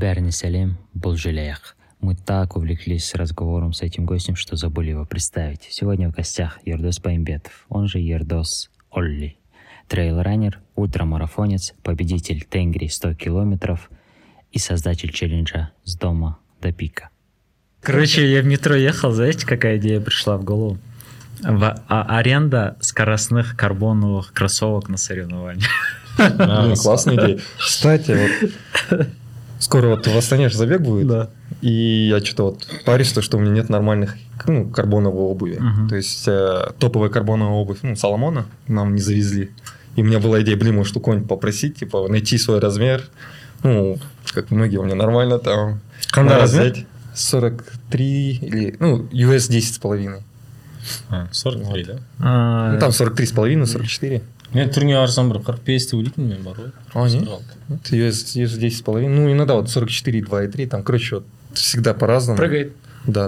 Бәріне сәлем, бұл желаяқ. Мы так увлеклись разговором с этим гостем, что забыли его представить. Сегодня в гостях Ердос Байымбетов, он же Ердос Олли. Трейл-раннер, ультрамарафонец, победитель Тенгри 100 километров и создатель челленджа «С дома до пика». Короче, я в метро ехал, знаете, какая идея пришла в голову? Аренда скоростных карбоновых кроссовок на соревнования. Классная идея. Кстати, вот скоро вот в Астане же забег будет, да. И я что-то вот парюсь, что у меня нет нормальных карбоновой обуви. То есть топовая карбоновая обувь Соломона нам не завезли. И у меня была идея, может, у кого-нибудь попросить, типа, найти свой размер. Как многие у меня нормально там. Какой размер? 43 или, US 10,5. 43, вот. Да? Там 43,5, 44. Мен түріне арзан бір 45 ойлайтын мен бар ғой. US 10,5. Иногда вот 44, 2,3. Там, короче, вот всегда по-разному. Прыгает. Да.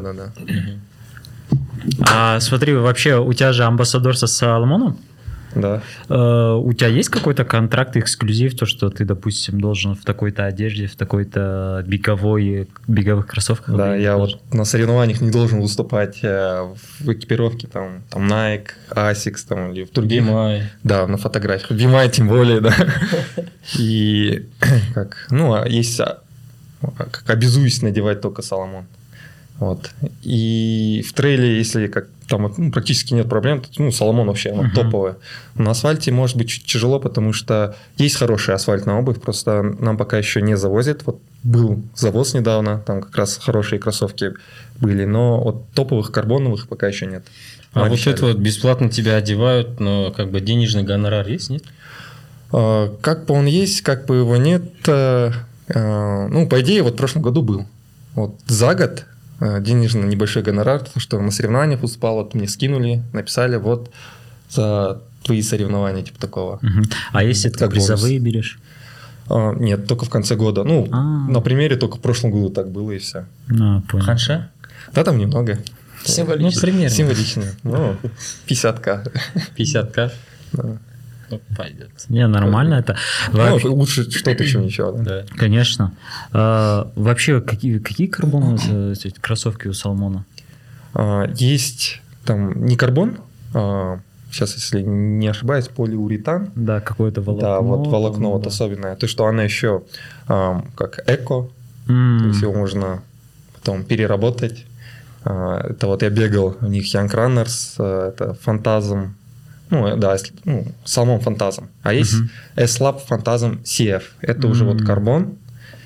Смотри, вообще у тебя же амбассадор со Соломоном? Да. У тебя есть какой-то контракт, эксклюзив, то, что ты, допустим, должен в такой-то одежде, в такой-то беговых кроссовках? Да, я вот на соревнованиях не должен выступать в экипировке, там Nike, Asics, там, или в других. BMI. Да, на фотографиях. BMI тем более, да. И есть, как обязуюсь надевать только Соломон. Вот. И в трейле, если там практически нет проблем, то Соломон вообще топовая. На асфальте может быть чуть тяжело, потому что есть хорошая асфальтная обувь, просто нам пока еще не завозят. Вот был завоз недавно, там как раз хорошие кроссовки были, но вот топовых карбоновых пока еще нет. Вот это вот бесплатно тебя одевают, но как бы денежный гонорар есть, нет? Как бы он есть, как бы его нет. По идее, вот в прошлом году был. Вот за год денежный небольшой гонорар, потому что на соревнованиях выступал, вот мне скинули, написали вот за твои соревнования, типа такого. А если ты призовые берешь? Нет, только в конце года. На примере только в прошлом году так было и все. Ханша? Да, там немного. Символично. Примерно. Символично. 50к. 50к? Да. Пойдет. Не, нормально это. Лучше что-то, чем ничего. Да. Конечно. Вообще, какие карбоновые кроссовки у Соломона? Есть там не карбон, сейчас, если не ошибаюсь, полиуретан. Да, какое-то волокно. Да, вот волокно вот особенное. То, что она еще как эко, то есть его можно потом переработать. Это вот я бегал, у них Young Runners, это Phantasm. Соломон Phantasm. А есть S-Lab Phantasm CF. Это уже вот карбон.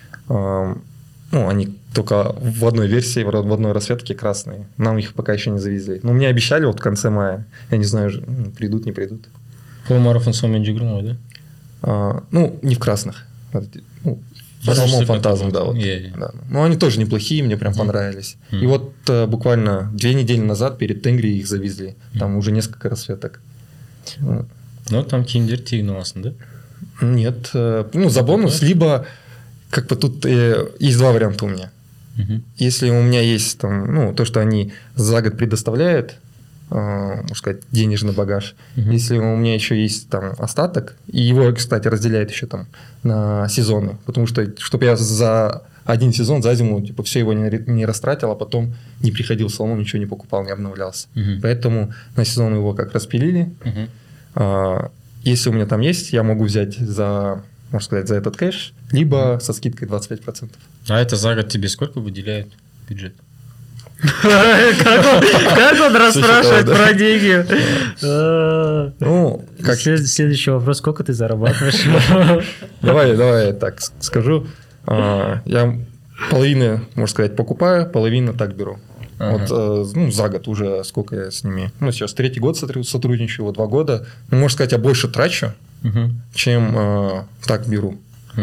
Они только в одной версии, в одной расцветке красные. Нам их пока еще не завезли. Но мне обещали вот в конце мая. Я не знаю, придут, не придут. Полумарафон сонымен жүгірдің, да? Не в красных. Соломон Phantasm, да. Вот. Да. Но они тоже неплохие, мне прям понравились. И вот буквально 2 недели назад перед Тенгри их завезли. Там уже несколько расцветок. Там киндер тегін аласың, да? Нет. За бонус, либо как бы тут есть 2 варианта у меня. Если у меня есть там, то, что они за год предоставляют, можно сказать, денежный багаж. Если у меня еще есть там остаток, и его, кстати, разделяют еще там на сезоны, потому что, чтобы я за один сезон, за зиму, типа, все его не растратил, а потом не приходил в салон, ничего не покупал, не обновлялся. Поэтому на сезон его как распилили. Если у меня там есть, я могу взять за этот кэш, либо со скидкой 25%. А это за год тебе сколько выделяют бюджет? Как он расспрашивает про деньги? Следующий вопрос. Сколько ты зарабатываешь? Давай я так скажу. Я половину, можно сказать, покупаю, половину так беру. Вот за год уже сколько я с ними. Сейчас 3-й год сотрудничаю, 2 года. Можно сказать, я больше трачу, чем так беру.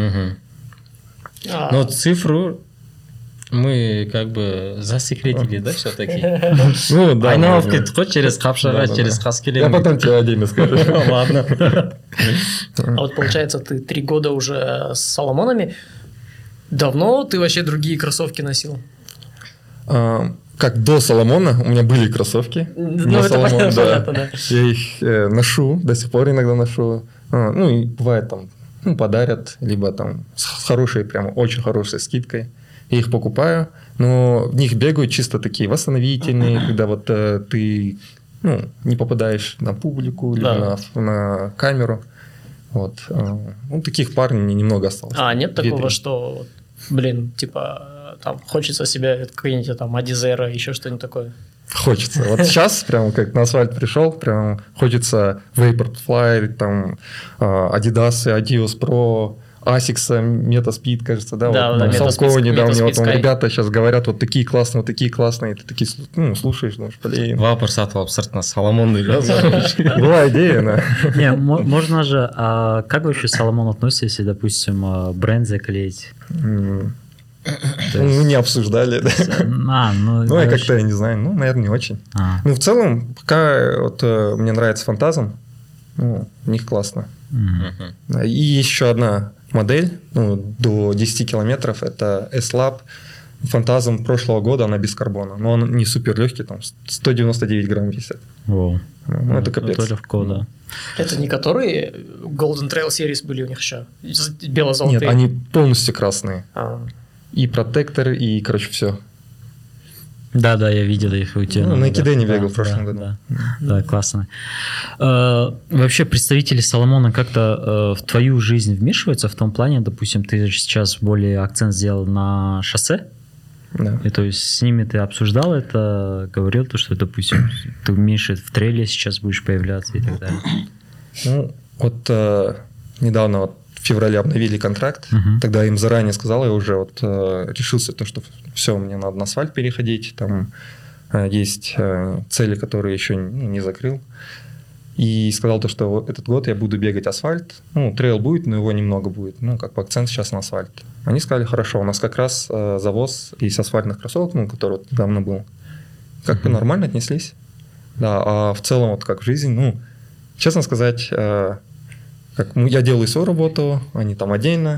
Но цифру мы как бы засекретили, да, все-таки? Да. Айналып кеттік қой, через Қапшаға, через Қаскелең. Я потом тебе отдельно скажу. Ладно. А вот получается, ты 3 года уже с Соломонами. Давно ты вообще другие кроссовки носил? Как до Соломона у меня были кроссовки. Это понятно, да. Я их ношу, до сих пор иногда ношу. И бывает там подарят, либо там с хорошей, прям очень хорошей скидкой. Я их покупаю, но в них бегают чисто такие восстановительные, когда вот ты не попадаешь на публику, либо на камеру. Вот. Таких пар немного осталось. А нет такого, что, типа, там хочется себе какие-нибудь там Адизера, еще что-нибудь такое? Хочется. Вот сейчас, прям как на асфальт пришел, прям хочется Vaporfly, там, Adidas, Adios Pro, Asics, Metaspeed, кажется, да? Да, Салкова недавно, вот Sky. ребята сейчас говорят, вот такие классные, и ты такие, слушаешь, думаешь, блин. Вапор сатып сыртына Соломонный Была идея, да. Не, можно же, а как вообще Соломон относится, если, допустим, бренд заклеить? Не обсуждали, да. Я как-то, я не знаю, наверное, не очень. В целом, пока вот мне нравится Фантазм, у них классно. И еще одна модель, до 10 километров, это S-Lab. Фантазм прошлого года, она без карбона, но он не супер легкий, там 199 грамм весит. Это капец. Это легко, да. Это не которые Golden Trail Series были у них еще? Бело-золотые? Нет, они полностью красные. И протектор, и, короче, все. Да, я видел их у тебя. На Экидене бегал в прошлом году. Да, классно. Вообще представители Соломона как-то в твою жизнь вмешиваются в том плане, допустим, ты же сейчас более акцент сделал на шоссе, да. И то есть с ними ты обсуждал это, говорил то, что, допустим, ты меньше в трейле сейчас будешь появляться и так далее. Недавно в феврале обновили контракт, тогда им заранее сказал, я уже решился, что все, мне надо на асфальт переходить, там есть цели, которые еще не закрыл, и сказал то, что этот год я буду бегать асфальт, трейл будет, но его немного будет, как бы акцент сейчас на асфальт. Они сказали, хорошо, у нас как раз завоз из асфальтных кроссовок, который давно был, как бы нормально отнеслись, да, а в целом как в жизни, честно сказать, я делаю свою работу, они там отдельно,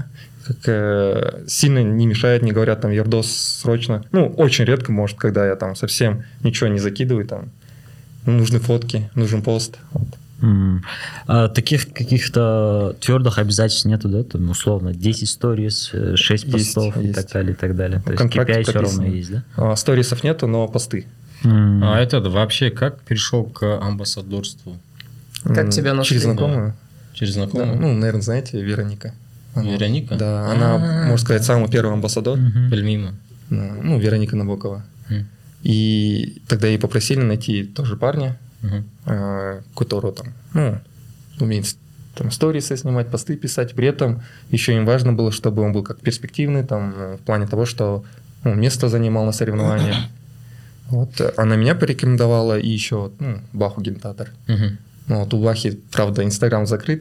сильно не мешают, не говорят, там, Ердос, срочно. Очень редко, может, когда я там совсем ничего не закидываю, там, нужны фотки, нужен пост. А таких каких-то твердых обязательств нету, да? Там, условно, 10 сторис, 6 постов и так далее, и так далее. То есть KPI все равно есть, да? Сторисов нету, но посты. А это вообще как перешел к амбассадорству? Как тебя нашли? Через знакомую. Через знакомую? Да, наверное, знаете, Вероника. Вероника? Да, она, можно сказать, самый первый амбассадор. Білмеймін. Вероника Набокова. И тогда ей попросили найти тоже парня, которого там, умеет там сторисы снимать, посты писать. При этом еще им важно было, чтобы он был как перспективный, там, в плане того, что место занимал на соревнованиях. Она меня порекомендовала, и еще Баху Гентатор. У Бахи, правда, Инстаграм закрыт,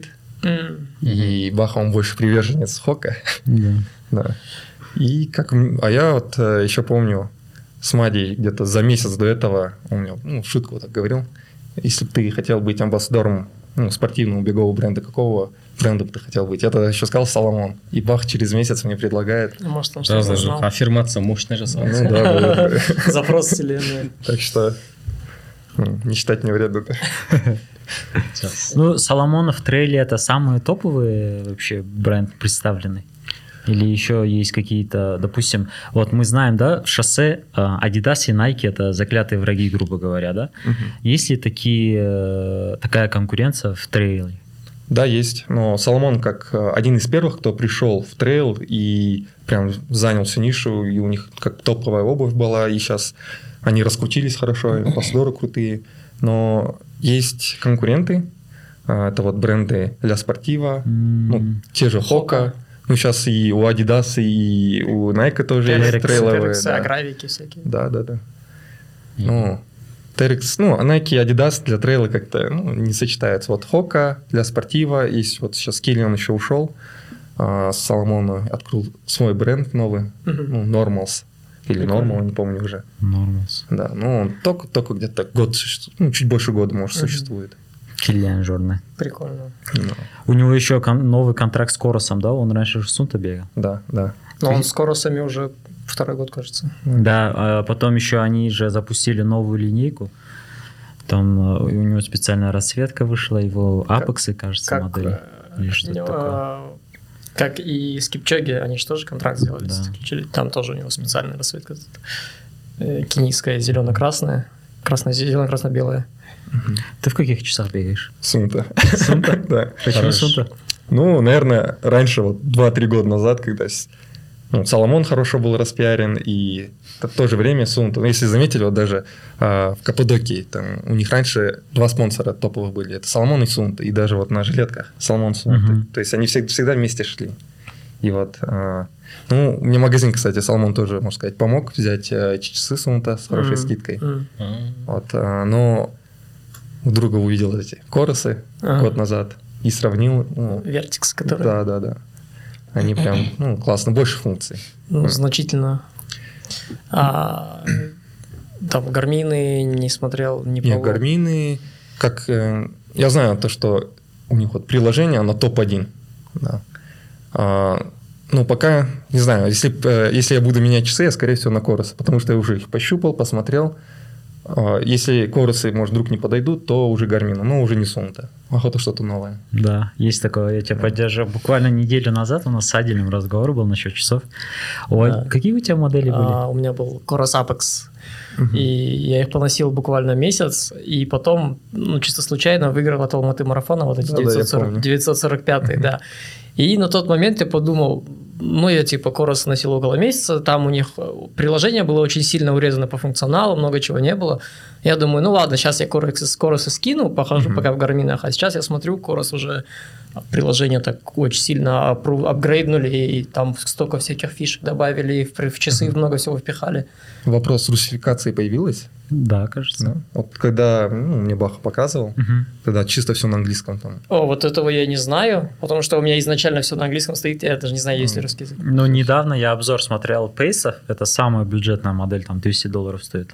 и Баха, он больше приверженец Хока. Да. И я еще помню, с Мадей где-то за месяц до этого, он мне в шутку так говорил, если бы ты хотел быть амбассадором спортивного бегового бренда, какого бренда бы ты хотел быть? Я тогда еще сказал Соломон. И Бах через месяц мне предлагает. Может, он что-то знал. Аффирмация мощная же. Да. Запрос вселенной. Так что не считать не вредно. Соломон в трейле это самый топовый вообще бренд представленный? Или еще есть какие-то, допустим, мы знаем, да, в шоссе Adidas и Nike это заклятые враги, грубо говоря, да? Есть ли такая конкуренция в трейле? Да, есть. Но Соломон как один из первых, кто пришел в трейл и прям занял всю нишу, и у них как топовая обувь была, и сейчас они раскрутились хорошо, амбассадоры крутые. Но есть конкуренты, это бренды Ля Спортива, те же Хока. Сейчас и у Adidas, и у Nike тоже есть трейловые. Гравики всякие. Да. Terex, Nike и Adidas для трейла как-то не сочетаются. Хока для спортива, и сейчас Киллиан еще ушел, с Соломона открыл свой бренд новый, Normals. Или Normal, не помню уже. Normals. Да, он только где-то год существует, чуть больше года, может, существует. Киллиан Жорне. Прикольно. У него еще новый контракт с Коросом, да? Он раньше в Сунта бегал. Да. Но он с Коросами уже второй год, кажется. Да, а потом еще они же запустили новую линейку. Там у него специальная расцветка вышла, его апексы, кажется, модели. Или что-то такое. Как и с Кипчоги, они же тоже контракт сделали, Да. заключили. Там тоже у него специальная расцветка. Кенийская, зелено-красная, зелено-красно-белая. Ты в каких часах бегаешь? Сунта. Сунта? Да. Почему Хорошо. Сунта? Ну, наверное, раньше, вот 2-3 года назад, когда Соломон хорошо был распиарен, и в то же время Сунта. Если заметили, вот даже в Каппадокии, там у них раньше 2 спонсора топовых были. Это Соломон и Сунта. И даже вот на жилетках Соломон Сунта. Мгм. То есть они всегда вместе шли. И вот, мне магазин, кстати, Соломон тоже, можно сказать, помог взять эти часы Сунта с хорошей скидкой. Вот, но у друга увидел эти Коросы год назад и сравнил. Вертикс, который Да. Они прям, классно, больше функций. значительно. Там Гармины не смотрел, не Не, пробовал. Гармины, я знаю то, что у них вот приложение, оно топ-1. Да. Пока, не знаю, если я буду менять часы, я, скорее всего, на Коросы, потому что я уже их пощупал, посмотрел. Если Коросы, может, вдруг не подойдут, то уже Гармина, но уже не Сунта. Охота что-то новое. Да, есть такое, я тебя поддерживаю. Буквально неделю назад у нас с Адилем разговор был насчет часов. Да. Какие у тебя модели были? У меня был Coros Apex, и я их поносил буквально месяц, и потом, чисто случайно выиграл от Алматы марафона вот эти Да, я помню. 945, да. И на тот момент я подумал, я типа Coros носил около месяца, там у них приложение было очень сильно урезано по функционалу, много чего не было. Я думаю, ладно, сейчас я Coros скину, похожу пока в гарминах, а сейчас я смотрю, Coros уже приложение так очень сильно апгрейднули, и там столько всяких фишек добавили, в часы много всего впихали. Вопрос русификации появилась? Да, кажется. Да. Вот когда мне Баха показывал, тогда чисто все на английском там. Вот этого я не знаю, потому что у меня изначально все на английском стоит, я даже не знаю, есть ли русский язык. Недавно я обзор смотрел Pace, это самая бюджетная модель, там $200 стоит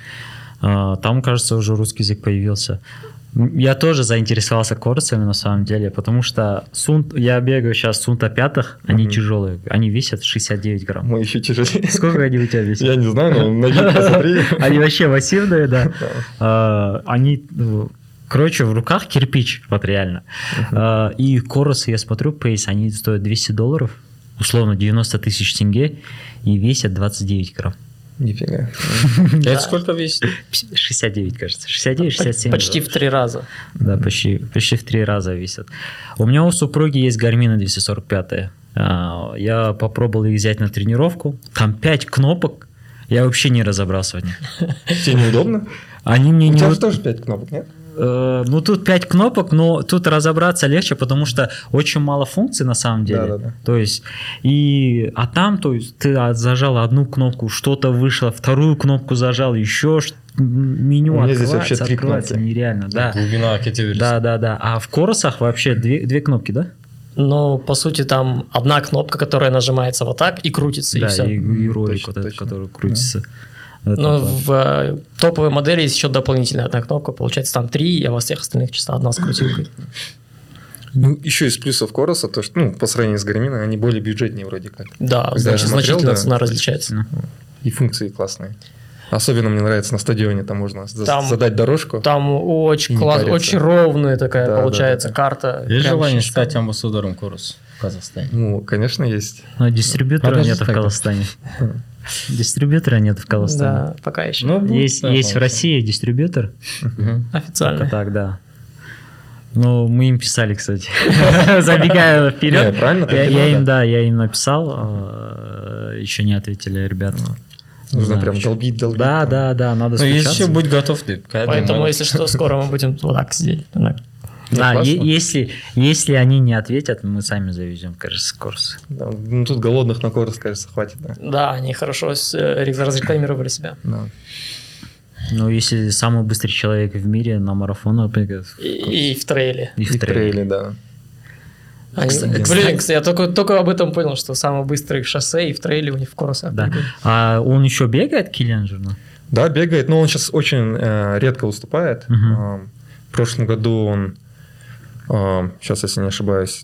она. Там, кажется, уже русский язык появился. Я тоже заинтересовался Корсами на самом деле, потому что я бегаю сейчас Сунта 5, они тяжелые, они весят 69 грамм. Мы еще тяжелее. Сколько они у тебя весят? Я не знаю, но на вид посмотри. Они вообще массивные, да. Они, короче, в руках кирпич, вот реально. И Коросы, я смотрю, Pace, они стоят $200, условно 90 тысяч тенге, и весят 29 грамм. Нифига. Это сколько весит? 69, кажется. 69-67. Почти в 3 раза. Да, почти в 3 раза весят. У меня у супруги есть Гармина 245. Я попробовал их взять на тренировку. Там 5 кнопок. Я вообще не разобрался в них. Тебе неудобно? Они мне У не... тебя же тоже 5 кнопок, нет? Тут 5 кнопок, но тут разобраться легче, потому что очень мало функций на самом деле. Да. То есть, а там, то есть, ты зажал одну кнопку, что-то вышло, вторую кнопку зажал, еще меню У меня здесь открывается, вообще 3 открывается, кнопки. нереально. Да. Глубина кетеверис. Да. А в Коросах вообще 2 кнопки, да? Но, по сути, там одна кнопка, которая нажимается вот так и крутится, и Да, все. и ролик Точно, вот этот, точно. который крутится. Но в топовой модели есть еще дополнительная одна кнопка, получается там 3, а во всех остальных чисто одна с крутилкой. Еще из плюсов Короса, то что, по сравнению с Гарминой, они более бюджетнее вроде как. Да, Когда значит, я смотрел, значительно да, цена различается. И функции классные. Особенно мне нравится на стадионе, там можно Там- задать дорожку. Там очень И не классно, париться. очень ровная такая Да, получается да. карта. Есть Прям желание очень стать амбассадором Корос в Казахстане? Конечно, есть. Но дистрибьютора Подожди нет в тогда. Казахстане. Дистрибьютора нет в Казахстане. Да, пока еще. Есть в России дистрибьютор. Официально. Только так, да. Ну, мы им писали, кстати. Забегая Не, вперед. правильно, так и надо. Я им написал. Еще не ответили, ребята. Нужно Да, прям почему? долбить. Да, надо Ну, если стучаться. будь готов ты. Поэтому, если что, скоро мы будем вот так сидеть. Да, классно. если они не ответят, мы сами завезем, кажется, курс. Да, тут голодных на Корос, кажется, хватит. Да. Да, они хорошо разрекламировали себя. Да. Ну, если самый быстрый человек в мире на марафон, например, И в трейле. и И в трейле. трейле, да. Блин, кстати, я только об этом понял, что самый быстрый шоссе и в трейле у них в Коросах. Да. А он еще бегает, Киллиан Журно? Да, бегает, но он сейчас очень редко выступает. Мгм. В прошлом году он, сейчас, если не ошибаюсь,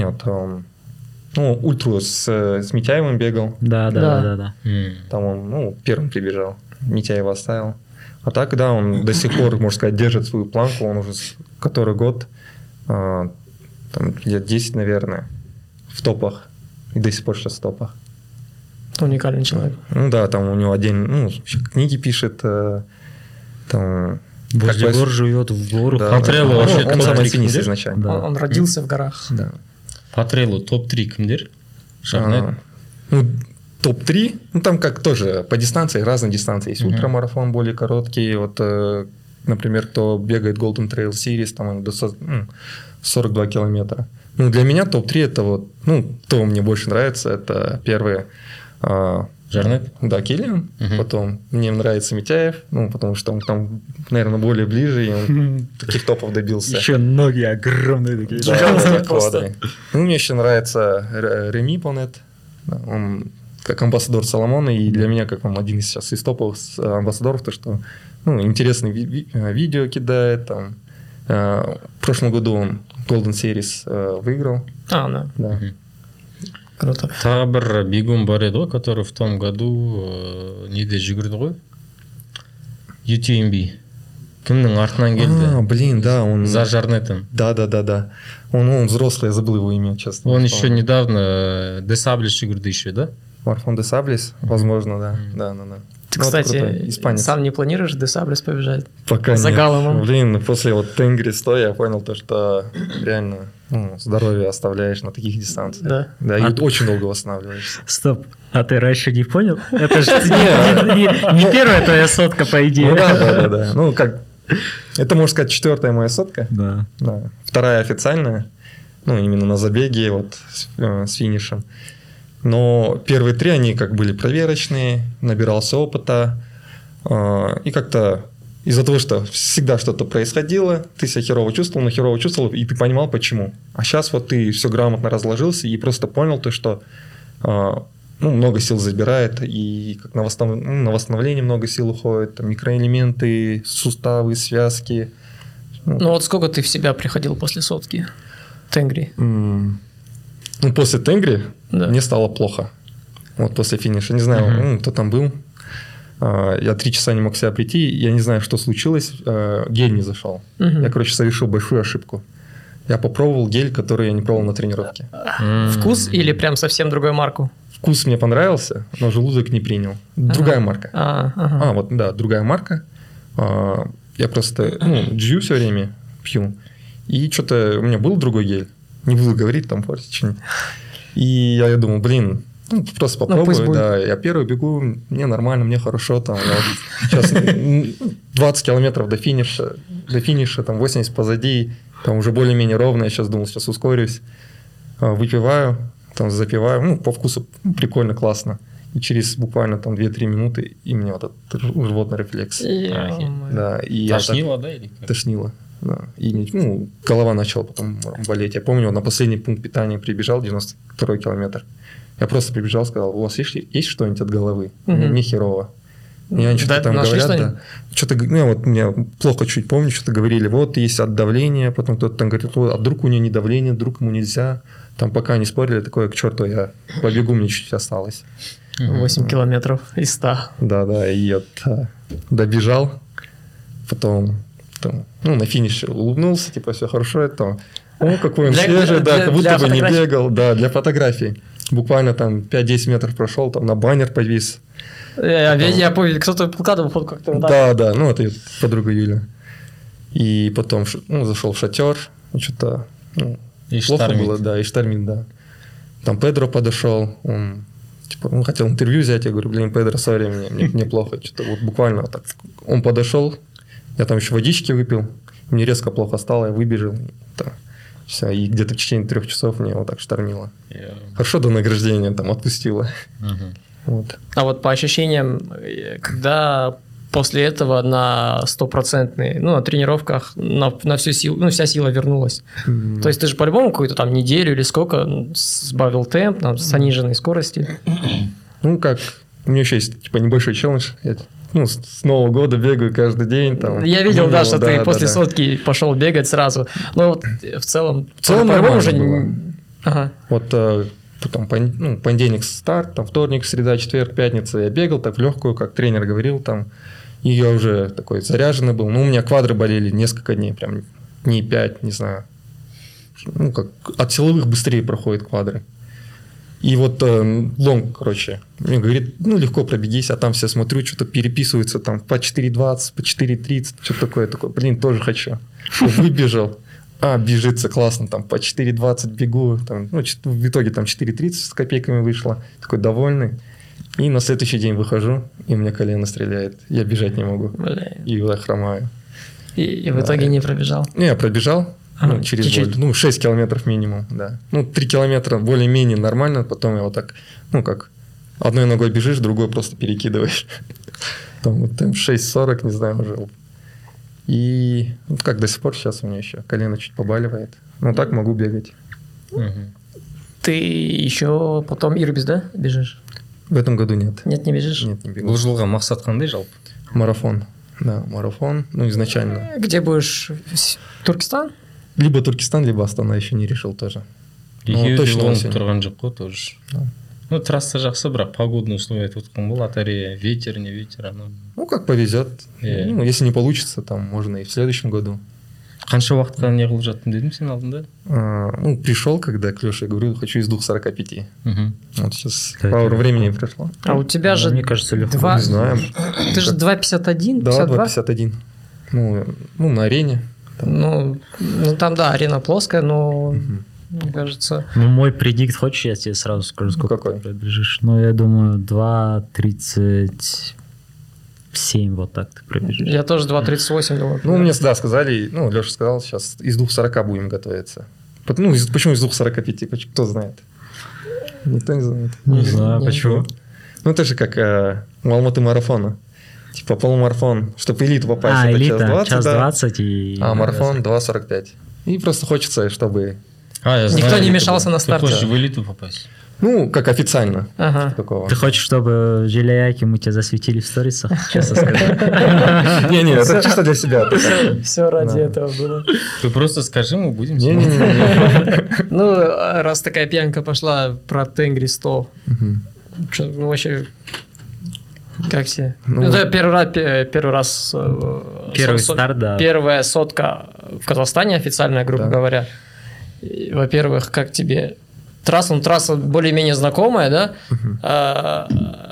ультру с Митяевым бегал. Да. Там он первым прибежал, Митяева оставил. А так, да, он до сих пор, можно сказать, держит свою планку. Он уже который год, там, лет 10, наверное, в топах. И до сих пор сейчас в топах. Уникальный человек. Ну да, там у него отдельно, книги пишет, там... Возле гор живет, в гору. Да, Патрелло вообще он сам топ-3 альпинист кімдер? изначально. Да. Он родился в горах. Да. Патрелло топ-3 кімдер? Жарнет? Ну, топ-3, ну там как тоже по дистанции, разные дистанции. Есть ультрамарафон более короткий, вот, например, кто бегает Golden Trail Series, там до 42 километра. Ну, для меня топ-3 это вот, ну, кто мне больше нравится, это первые... Жарнет? Да, Киллиан, потом мне нравится Митяев, ну, потому что он там, наверное, более ближе, и он таких топов добился. Еще ноги огромные такие. Да, Гигантские квадры. Ну, мне еще нравится Реми Понет, он как амбассадор Соломона, и для меня как он один из сейчас из топовых амбассадоров, то что ну, интересные видео кидает, там. В прошлом году он Golden Series выиграл. Да. Да. Круто. Тағы бір бегун бар еді ғой, который в том году неде жүгірді ғой? UTMB. Кімнің артынан келді? Блин, да, он... За Жарнетом. Да. Он взрослый, я забыл его имя, честно. Он еще недавно Десаблис жүгірді еще, да? Марафон де Саблис, возможно, да. Ты, Ну, кстати, испанец. сам не планируешь де Саблис побежать? Пока за нет. Галломом? Блин, после вот Тенгри 100 я понял то, что реально здоровье оставляешь на таких дистанциях. Да. И очень долго восстанавливаешься. Стоп, а ты раньше не понял? Это же не первая твоя сотка, по идее. Ну да. Ну как, это, можно сказать, 4-я моя сотка. Да. Да. 2-я официальная, ну именно на забеге вот с финишем. Но первые 3, они как были проверочные, набирался опыта. И как-то из-за того, что всегда что-то происходило, ты себя херово чувствовал, и ты понимал, почему. А сейчас вот ты все грамотно разложился и просто понял то, что много сил забирает, и как на восстановление много сил уходит, там, микроэлементы, суставы, связки. Ну вот сколько ты в себя приходил после сотки Тенгри? Ну, после Тенгри Да. мне стало плохо. Вот после финиша. Не знаю, кто там был. Я 3 часа не мог себя прийти. Я не знаю, что случилось. Гель не зашел. Я, совершил большую ошибку. Я попробовал гель, который я не пробовал на тренировке. Вкус или прям совсем другую марку? Вкус мне понравился, но желудок не принял. Другая марка. Другая марка. Я просто джью все время пью. И что-то у меня был другой гель. Не буду говорить, там портить что-нибудь. И я думал, просто попробую. Да, я первый бегу, мне нормально, мне хорошо. Там, я вот сейчас 20 километров до финиша, там 80 позади, там уже более-менее ровно. Я сейчас думал, сейчас ускорюсь. Выпиваю, там запиваю. По вкусу прикольно, классно. И через буквально там 2-3 минуты и мне вот этот животный рефлекс. Да, и Тошнило, да? Или как? Тошнило. Да. И голова начала потом болеть. Я помню, на последний пункт питания прибежал, 92-й километр. Я просто прибежал, сказал, у вас есть что-нибудь от головы? Мне херово. Мне что-то там говорят, да. Что-то, я плохо чуть помню, что-то говорили, вот есть от давления, потом кто-то там говорит, а вдруг у нее не давление, вдруг ему нельзя. Там пока не спорили, такое, к черту, я побегу, мне чуть осталось. 8 километров из 100. Да, и я добежал, потом на финише улыбнулся, типа, все хорошо, это... какой он свежий, как будто бы не бегал, да, для фотографий. Буквально там 5-10 метров прошел, там на баннер повис. Я помню, кто-то выкладывал фотку как-то. Да, это подруга Юля. И потом зашел в шатер, что-то плохо было, да, и штормит, да. Там Педро подошел, он хотел интервью взять, я говорю, Педро, сори, мне плохо, что-то вот буквально вот так. Он подошел, я там еще водички выпил, мне резко плохо стало, я выбежал, все, и где-то в течение 3 часов мне вот так штормило. Хорошо до награждения там отпустило. Вот. А вот по ощущениям, когда после этого на 100%, на тренировках на всю силу, вся сила вернулась. То есть ты же по-любому какую-то там неделю или сколько сбавил темп с заниженной скорости. У меня еще есть небольшой челлендж. Я, с Нового года бегаю каждый день. Там, я видел, что ты после сотки пошел бегать сразу. Но вот в целом по-любому уже... Ага. Вот там, понедельник старт, там, вторник, среда, четверг, пятница я бегал так в легкую, как тренер говорил, там, и я уже такой заряженный был. У меня квадры болели несколько дней, прям дней 5, не знаю. Как от силовых быстрее проходят квадры. И вот лонг, короче, мне говорит, ну, легко пробегись, а там все смотрю, что-то переписываются там по 4.20, по 4.30, что-то такое, блин, тоже хочу. Выбежал, бежится классно, там по 4.20 бегу, там, ну, в итоге там 4.30 с копейками вышло, такой довольный. И на следующий день выхожу, и у меня колено стреляет, я бежать не могу, и я хромаю. И в итоге не пробежал? Не, я пробежал. Через чуть-чуть. Боль. 6 километров минимум, да. 3 километра более-менее нормально, потом я вот так, как одной ногой бежишь, другой просто перекидываешь. Там 6:40, не знаю, уже. И как до сих пор сейчас у меня еще колено чуть побаливает. Но так могу бегать. Ты еще потом Ирбис, да, бежишь? В этом году нет. Нет, не бежишь? Нет, не бегу. Бұл жылға мақсат қандай жалпы? Марафон. Да, марафон, изначально. Где будешь? Туркестан? Либо Туркестан, либо Астана, еще не решил тоже. Точно осень. Тұрған жоқ қой тоже. Ну, трасса жақсы, бірақ погодные условия тут лотерея, ветер, не ветер. Как повезет. Если не получится, там можно и в следующем году. Қанша уақытқа не қылып жаттым дедің сен алдында? Пришел, когда к Леше говорю, хочу из 2:45. Вот сейчас пару времени прошло. А у тебя же, мне кажется, легко. Не знаю. Ты же 2:51? Да, 2:51. На арене. Ну, там, да, арена плоская, но, мне кажется... Мой предикт, хочешь, я тебе сразу скажу, сколько какой? ты пробежишь? Я думаю, 2:37, вот так ты пробежишь. Я тоже 2:38 думаю. Мне всегда сказали, Леша сказал, сейчас из 2:40 будем готовиться. Почему из 2:45? Кто знает? Никто не знает. Не знаю, почему. Это же как у Алматы марафона. Типа полумарафон, чтобы элиту попасть, это элита, час 20, и... А марафон 2:45. И просто хочется, чтобы... Никто не мешался на старте. Ты хочешь в элиту попасть? Как официально. Такого. Ты хочешь, чтобы Желяяки мы тебя засветили в сторисах? Честно скажу. Не, это чисто для себя. Все ради этого было. Ты просто скажи, мы будем Не. Раз такая пьянка пошла про Тенгри 100. Вообще... Как все? Это первый раз... Первый старт, да. Первая сотка в Казахстане официальная, грубо говоря. И, во-первых, как тебе... Трасса более-менее знакомая, да?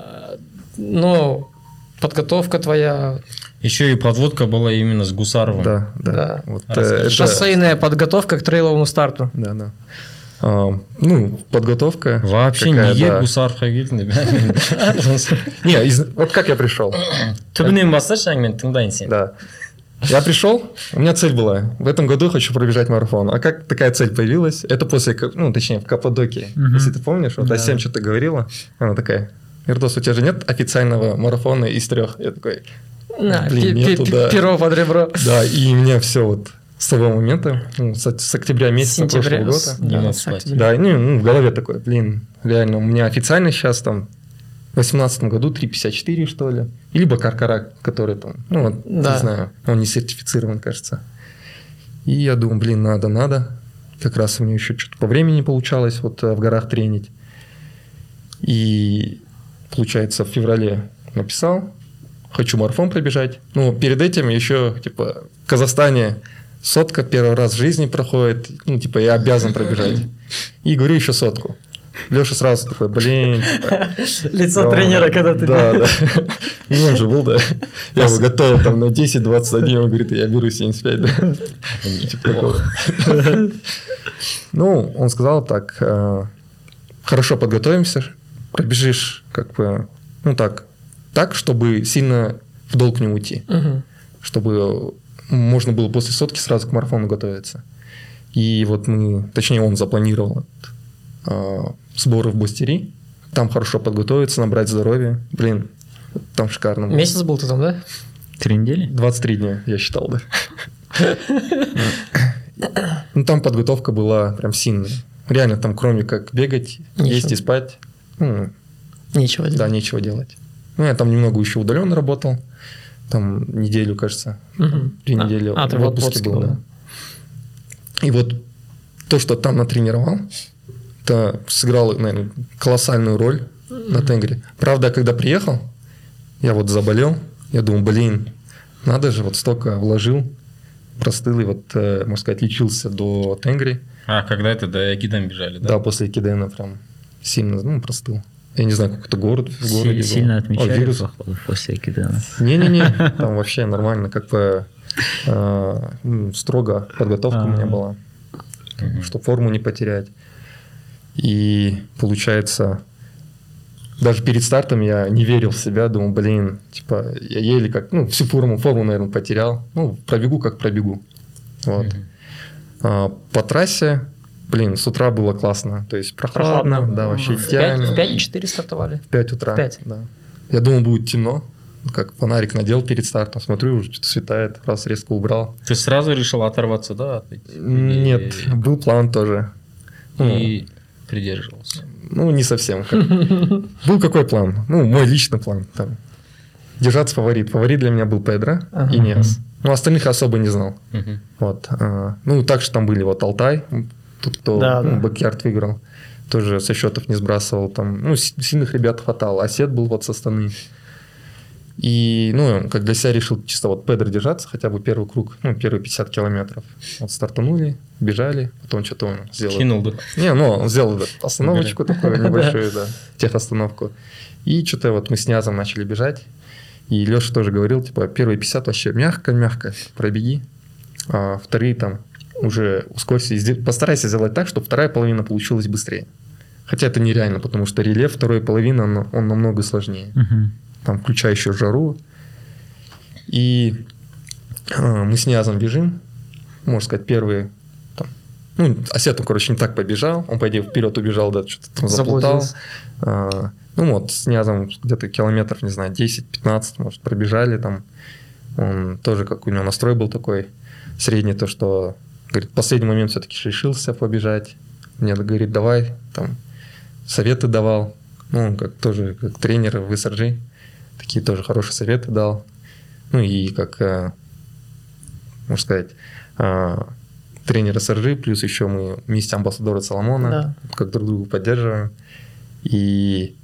Подготовка твоя... Еще и подводка была именно с Гусаровым. Да. Шоссейная подготовка к трейловому старту. Да. Подготовка. Вообще неге Гусаровқа келдің деп. Не, вот как я пришел. Түбінен басташы әңгімені тыңдайын сен. Да. Я пришел, у меня цель была. В этом году хочу пробежать марафон. А как такая цель появилась? Это после, точнее, в Каппадокии. Если ты помнишь, вот Асем что-то говорила. Она такая, Ердос, у тебя же нет официального марафона из 3? Я такой, нету, да. Перо под ребро. Да, и мне все вот с того момента, с октября месяца прошлого года. Не мог спать. Да, в голове такой, реально, у меня официально сейчас там в 2018 году 3:54, что ли. Либо Каркара, который там, не знаю, он не сертифицирован, кажется. И я думаю, надо. Как раз у меня еще что-то по времени получалось вот в горах тренить. И, получается, в феврале написал, хочу марафон пробежать. Перед этим еще, в Казахстане сотка первый раз в жизни проходит, я обязан пробежать. И говорю еще сотку. Леша сразу такой, Лицо тренера, когда ты... Да. И он же был, да. Я его готовил там на 10-21, он говорит, я беру 75, да. Он сказал так, хорошо подготовимся, пробежишь так, чтобы сильно в долг не уйти. Чтобы можно было после сотки сразу к марафону готовиться. И вот он запланировал сборы в Бустери, там хорошо подготовиться, набрать здоровье. Там шикарно. Месяц был ты там, да? 3 недели? 23 дня, я считал, да. Там подготовка была прям сильная. Реально, там кроме как бегать, есть и спать. Нечего делать. Да, нечего делать. Я там немного еще удаленно работал. Там неделю, кажется. 3 недели в отпуске был, да. И вот то, что там натренировал, это сыграло, наверное, колоссальную роль на Тенгри. Правда, когда приехал, я вот заболел, я думаю, надо же, вот столько вложил, простыл и можно сказать, лечился до Тенгри. Когда это до Экиден бежали, да? Да, после Экидена прям. сильно, простыл. Я не знаю, какой-то город в городе Сильно был. отмечали, вирус. походу, после Акидана. Не-не-не, там вообще нормально, как бы строго подготовка у меня была, чтобы форму не потерять. И получается, даже перед стартом я не верил в себя, думал, типа, я еле всю форму, наверное, потерял. Пробегу как пробегу. Вот. По трассе, с утра было классно, то есть прохладно, да, вообще идеально. В 5:04 стартовали? В 5 утра, 5. да. Я думал, будет темно, как фонарик надел перед стартом, смотрю, уже что-то светает, раз резко убрал. Ты сразу решил оторваться, да? Нет, был план тоже. И придерживался. Не совсем. Был какой план? Мой личный план. Там. Держаться фаворит. Фаворит для меня был Педро и Ниас. Остальных особо не знал. Вот. Также там были Алтай, тот, кто бэкярд выиграл. Тоже со счетов не сбрасывал. Там, сильных ребят хватало. Асет был со стороны. И, как для себя решил чисто Педро держаться, хотя бы первый круг, первые 50 километров. Стартанули, бежали, потом что-то он сделал. Кинул, да? Он сделал остановочку такую небольшую, да, техостановку. И что-то мы с Ниазом начали бежать. И Леша тоже говорил, типа, первые 50 вообще мягко-мягко пробеги, а вторые там уже ускорься. Постарайся сделать так, чтобы вторая половина получилась быстрее. Хотя это нереально, потому что рельеф второй половины, он намного сложнее. Там, включая еще жару. И мы с Ниазом бежим, можно сказать, первые... Асет, не так побежал, он, по идее, вперед убежал, да, что-то там заплутал. С Ниазом где-то километров, не знаю, 10-15, может, пробежали там. Он тоже, как у него настрой был такой средний, то, что, говорит, в последний момент все-таки решился побежать. Мне говорит, давай, там, советы давал. Как тренер в SRG. Такие тоже хорошие советы дал. И как, можно сказать, тренер SRG, плюс еще мы вместе амбассадоры Соломона, как друг друга поддерживаем. И,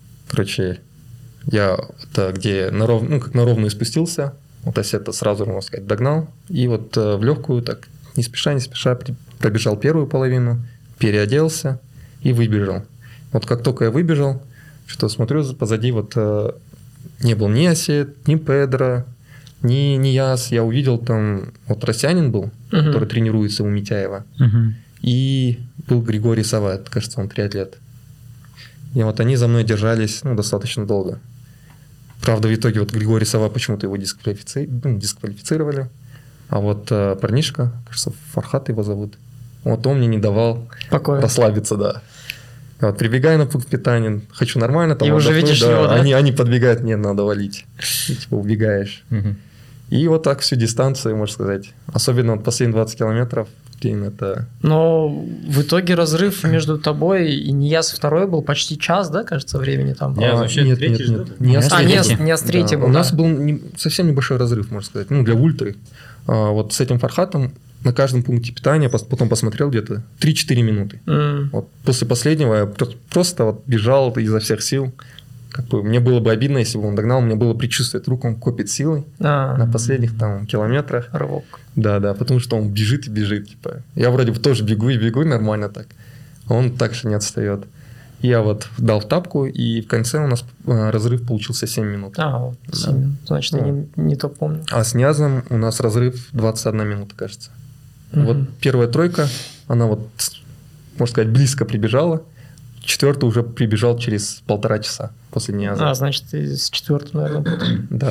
я где на ровную спустился, Асета сразу, можно сказать, догнал. И в легкую, так, не спеша, пробежал первую половину, переоделся и выбежал. Как только я выбежал, что смотрю, позади не был ни Асет, ни Педро, ни Ниас. Я увидел там, россиянин был, который тренируется у Митяева. И был Григорий Сова, кажется, он триатлет. И они за мной держались достаточно долго. Правда, в итоге Григорий Сова почему-то его дисквалифицировали. А парнишка, кажется, Фархат его зовут, он мне не давал расслабиться, да. Прибегаю на пункт питания, хочу нормально, там и уже видишь его, да? Они подбегают, мне надо валить. И, убегаешь. И так всю дистанцию, можно сказать. Особенно последние 20 километров. Это... Но в итоге разрыв между тобой и Ниас второй был почти час, да, кажется, времени там? Нет. Ниас третий был, У нас был совсем небольшой разрыв, можно сказать, для ультры. С этим Фархатом на каждом пункте питания, потом посмотрел где-то 3-4 минуты. После последнего я просто бежал изо всех сил. Мне было бы обидно, если бы он догнал, мне было предчувствие, вдруг он копит силы на последних километрах. Рывок. Да, потому что он бежит и бежит. Я вроде бы тоже бегу и бегу нормально так, а он так же не отстает. Я дал в тапку, и в конце у нас разрыв получился 7 минут. 7 минут. Значит, я не то помню. А с Ниазом у нас разрыв 21 минута, кажется. Первая тройка, она можно сказать, близко прибежала. Четвертый уже прибежал через 1,5 часа после Ниаза. Значит, ты с четвертым, наверное, путал. Да.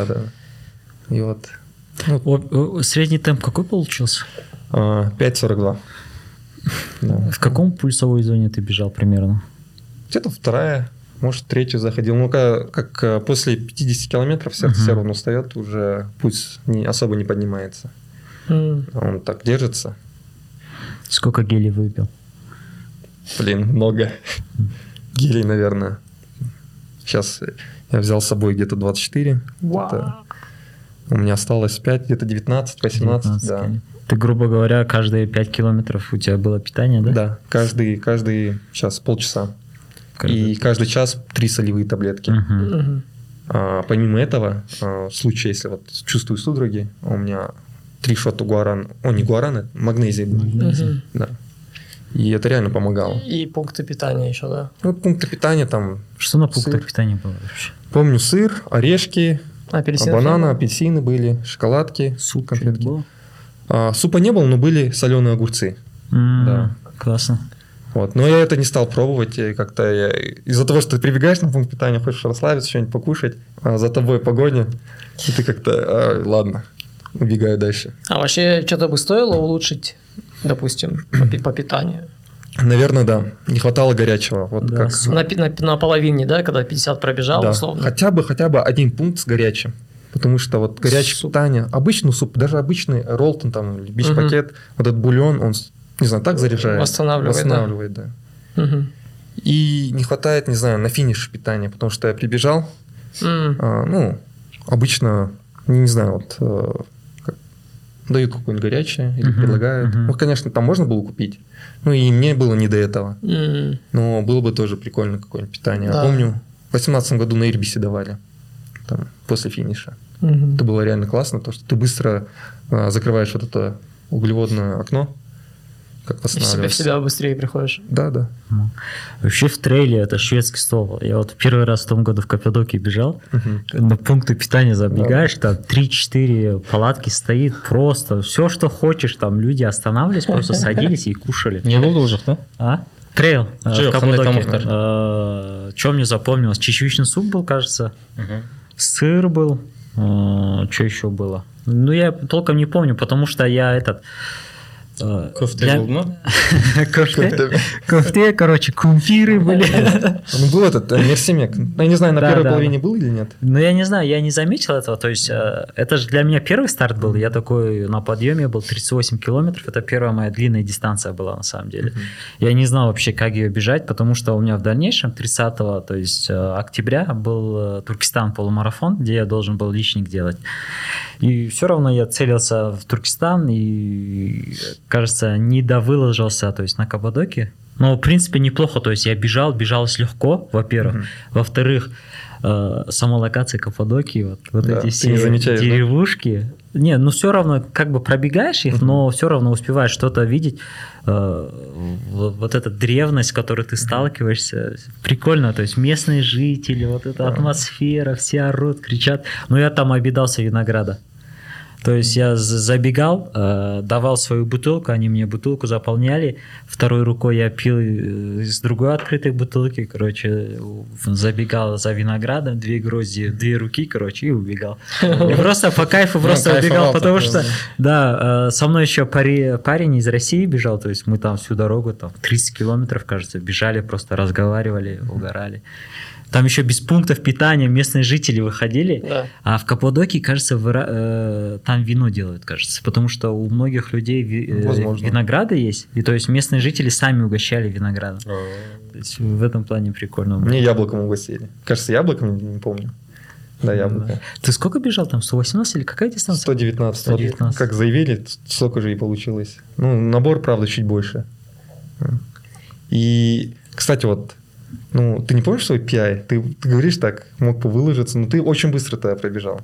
И средний темп какой получился? 5:42. Да. В каком пульсовой зоне ты бежал примерно? Где-то вторая, может, третью заходил. Как после 50 километров сердце все равно встает, уже пульс особо не поднимается. Он так держится. Сколько гелей выпил? Много. Гелей, наверное. Сейчас я взял с собой где-то 24. У меня осталось 5, где-то 19-18. Да. Ты, грубо говоря, каждые 5 километров у тебя было питание, да? Да, каждый час полчаса. И каждый час 3 солевые таблетки. Помимо этого, в случае, если чувствую судороги, у меня 3 шота гуарана. Не гуарана, магнезия. Да. И это реально помогало. И пункты питания еще, да? Ну, пункты питания там... Что на пунктах сыр. питания было вообще? Помню сыр, орешки, бананы, апельсины были, шоколадки, Суп конфетки. было? Супа не было, но были соленые огурцы. Да. Классно. Вот. Но я это не стал пробовать. И как-то из-за того, что ты прибегаешь на пункт питания, хочешь расслабиться, что-нибудь покушать, а за тобой погоня, и ты как-то, ладно, убегаю дальше. А вообще что-то бы стоило улучшить, допустим, по питанию? Наверное, да. Не хватало горячего. Вот Да, как... На половине, да, когда 50 пробежал, Да. условно? Хотя бы один пункт с горячим. Потому что вот горячее питание, обычный суп, даже обычный Ролтон, там, бич-пакет, вот этот бульон, он, не знаю, так заряжает. Восстанавливает, да. И не хватает, не знаю, на финише питания, потому что я прибежал, обычно, не знаю, вот дают какое-нибудь горячее или предлагают. Ну, конечно, там можно было купить, и мне было не до этого. Но было бы тоже прикольно какое-нибудь питание. Да. Я помню, в 2018 году на Ирбисе давали, там, после финиша. Это было реально классно, потому что ты быстро закрываешь вот это углеводное окно, как восстанавливаешься. В себя быстрее приходишь. Да. Вообще в трейле это шведский стол. Я вот первый раз в том году в Каппадокии бежал, на пункты питания забегаешь, там 3-4 палатки стоит, просто все, что хочешь, там люди останавливались, просто садились и кушали. Не был уже, да? А? Трейл в Каппадокии. Что Что мне запомнилось? Чечевичный суп был, кажется. Сыр был. Что еще было? Ну, я толком не помню, потому что я Кофте был, ну? Кофте, короче, кумпиры были. Ну, был этот Мерсимек. Я не знаю, на первой половине был или нет. Ну, я не знаю, я не заметил этого. То есть, это же для меня первый старт был. Я такой на подъеме был 38 километров. Это первая моя длинная дистанция была, на самом деле. Я не знал вообще, как ее бежать, потому что у меня в дальнейшем 30 то есть октября был Туркестан полумарафон, где я должен был личник делать. И все равно я целился в Туркестан и, кажется, не довыложился, то есть на Каппадокии. Но, в принципе, неплохо. То есть я бежалось легко, во-первых. Во-вторых, сама локация Каппадокии, вот эти все деревушки. Да? Не, ну все равно как бы пробегаешь их, но все равно успеваешь что-то видеть. Вот эта древность, с которой ты сталкиваешься, прикольно. То есть местные жители, вот эта атмосфера, все орут, кричат. Но я там обидался винограда. То есть я забегал, давал свою бутылку, они мне бутылку заполняли, второй рукой я пил из другой открытой бутылки, короче, забегал за виноградом, 2 грозди, 2 руки, короче, и убегал. И просто по кайфу просто убегал, потому что, да, со мной еще парень из России бежал, то есть мы там всю дорогу, там 30 километров, кажется, бежали, просто разговаривали, угорали. Там еще без пунктов питания местные жители выходили, а в Каппадокии, кажется, там вино делают, кажется, потому что у многих людей винограды есть, и то есть местные жители сами угощали виноградом. То есть в этом плане прикольно. Мне яблоком угостили. Кажется, яблоком, не помню. Да, яблоко. Ты сколько бежал там? 118 или какая дистанция? 119. 119. Как заявили, столько же и получилось. Ну, набор, правда, чуть больше. И, кстати, вот, ну, ты не помнишь свой PI? Ты говоришь так, мог выложиться, но ты очень быстро тогда пробежал.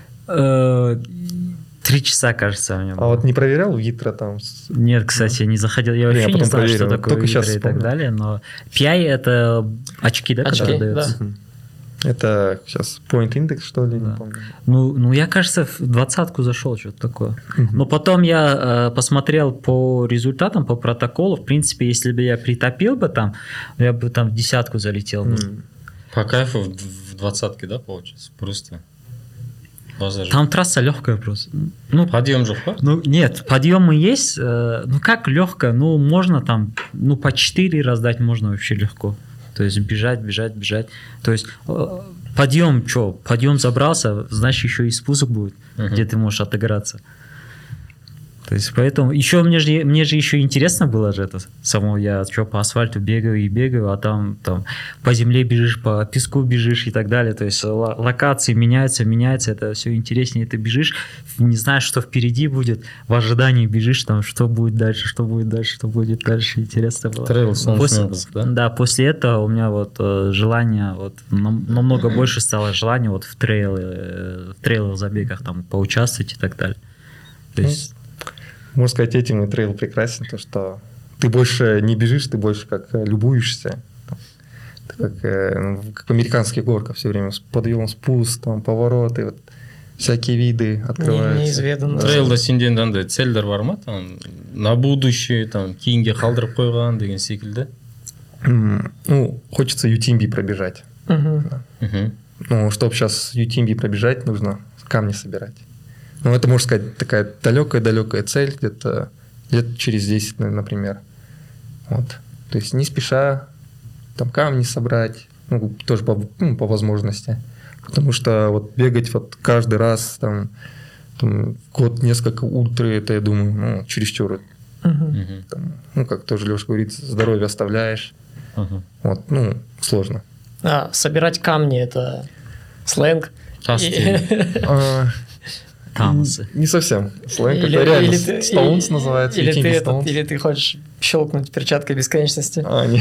3 часа, кажется, у меня было. А вот не проверял Витра там? Нет, кстати, не заходил. Я вообще не знаю, что такое Витра и так далее. Но PI – это очки, да, которые даются? Да. Это сейчас Point Index, что ли, не помню. Ну, я, кажется, в 20-ку зашел, что-то такое. Но потом я посмотрел по результатам, по протоколу. В принципе, если бы я притопил бы там, я бы там в 10-ку залетел. По кайфу в 20-ке, да, получится? Просто... Там трасса легкая просто. Ну, подъем же, да? Ну, нет, подъемы есть. Ну, как легкая? Ну, можно там, ну, по 4 раздать можно вообще легко. То есть бежать. То есть подъем, что? Подъем забрался, значит, еще и спуск будет, где ты можешь отыграться. То есть поэтому еще мне же еще интересно было же это само, я что, по асфальту бегаю, а там по земле бежишь, по песку бежишь и так далее. То есть локации меняются, это все интереснее. Ты бежишь, не знаешь, что впереди будет, в ожидании бежишь, там, что будет дальше. Интересно было. Трейл да? Да, после этого у меня вот желание, вот намного больше стало желание вот в трейлах забегах там поучаствовать и так далее. То есть можно сказать, этим и трейл прекрасен, то что ты больше не бежишь, ты больше как любуешься. Ты как американских горках все время. Подъем, спуск, там, повороты, вот, всякие виды открываются. Неизведанно. Трейлда сенден андай целдер бар ма? Там, на будущее, там, кейінге қалдырып қойған деген секілді. Ну, хочется UTMB пробежать. Да. Ну, чтобы сейчас UTMB пробежать, нужно камни собирать. Ну, это, можно сказать, такая далекая цель, где-то лет через 10, например. Вот. То есть не спеша там камни собрать, ну, тоже по возможности. Потому что вот бегать вот каждый раз, там в год несколько ультра, это, я думаю, ну, чересчур. Там, ну, как тоже Леша говорит, здоровье оставляешь. Вот, ну, сложно. Собирать камни – это сленг? Камсы. Не совсем. Сленг это реально стоунс называется. Или ты хочешь щелкнуть перчаткой бесконечности? Нет.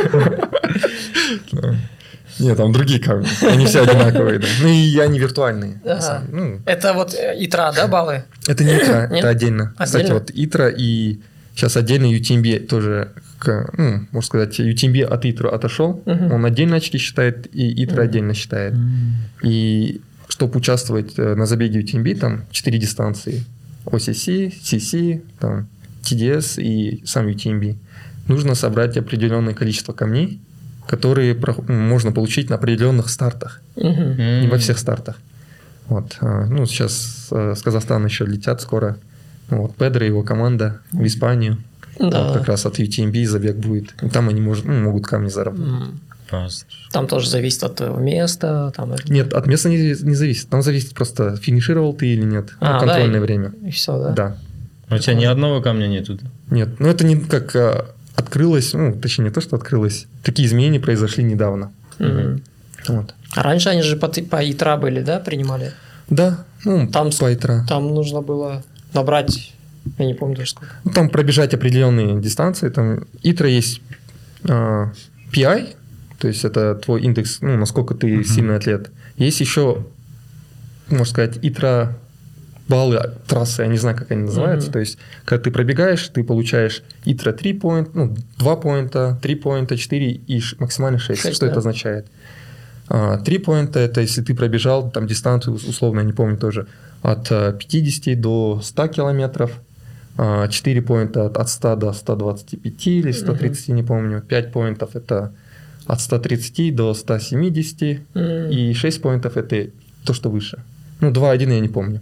Нет, там другие камни. Они все одинаковые. Да. Ну и они виртуальные. Это вот ИТРА, да, баллы? Это не ИТРА, это отдельно. Кстати, вот ИТРА и сейчас отдельно UTMB тоже, можно сказать, UTMB от ИТРА отошел. Он отдельно очки считает, и ИТРА отдельно считает. И чтобы участвовать на забеге UTMB, там 4 дистанции. OCC, CC, там, TDS и сам UTMB. Нужно собрать определенное количество камней, которые можно получить на определенных стартах. Не во всех стартах. Вот. Ну, сейчас с Казахстана еще летят скоро. Вот, Педро и его команда в Испанию. Да. Вот как раз от UTMB забег будет. И там они могут камни заработать. Там тоже зависит от места? Там... Нет, от места не зависит. Там зависит просто, финишировал ты или нет. Контрольное время. И все, да? Да. У тебя ни одного камня нету? Нет, ну это не как открылось, ну, точнее не то, что открылось. Такие изменения произошли недавно. Вот. А раньше они же по ИТРА были, да, принимали? Да, ну, там, по ИТРА. Там нужно было набрать, я не помню даже сколько. Ну, там пробежать определенные дистанции. Там ИТРА есть PI, то есть это твой индекс, ну, насколько ты сильный атлет. Есть еще, можно сказать, ИТРА баллы трассы, я не знаю, как они называются. То есть, когда ты пробегаешь, ты получаешь ИТРА 3 поинта, ну, 2 поинта, 3 поинта, 4 и максимально 6. Что это означает? 3 поинта – это если ты пробежал там дистанцию, условно, я не помню тоже, от 50 до 100 километров. 4 поинта от 100 до 125 или 130, не помню. 5 поинтов – это от 130 до 170. И 6 поинтов – это то, что выше. Ну, 2-1 я не помню.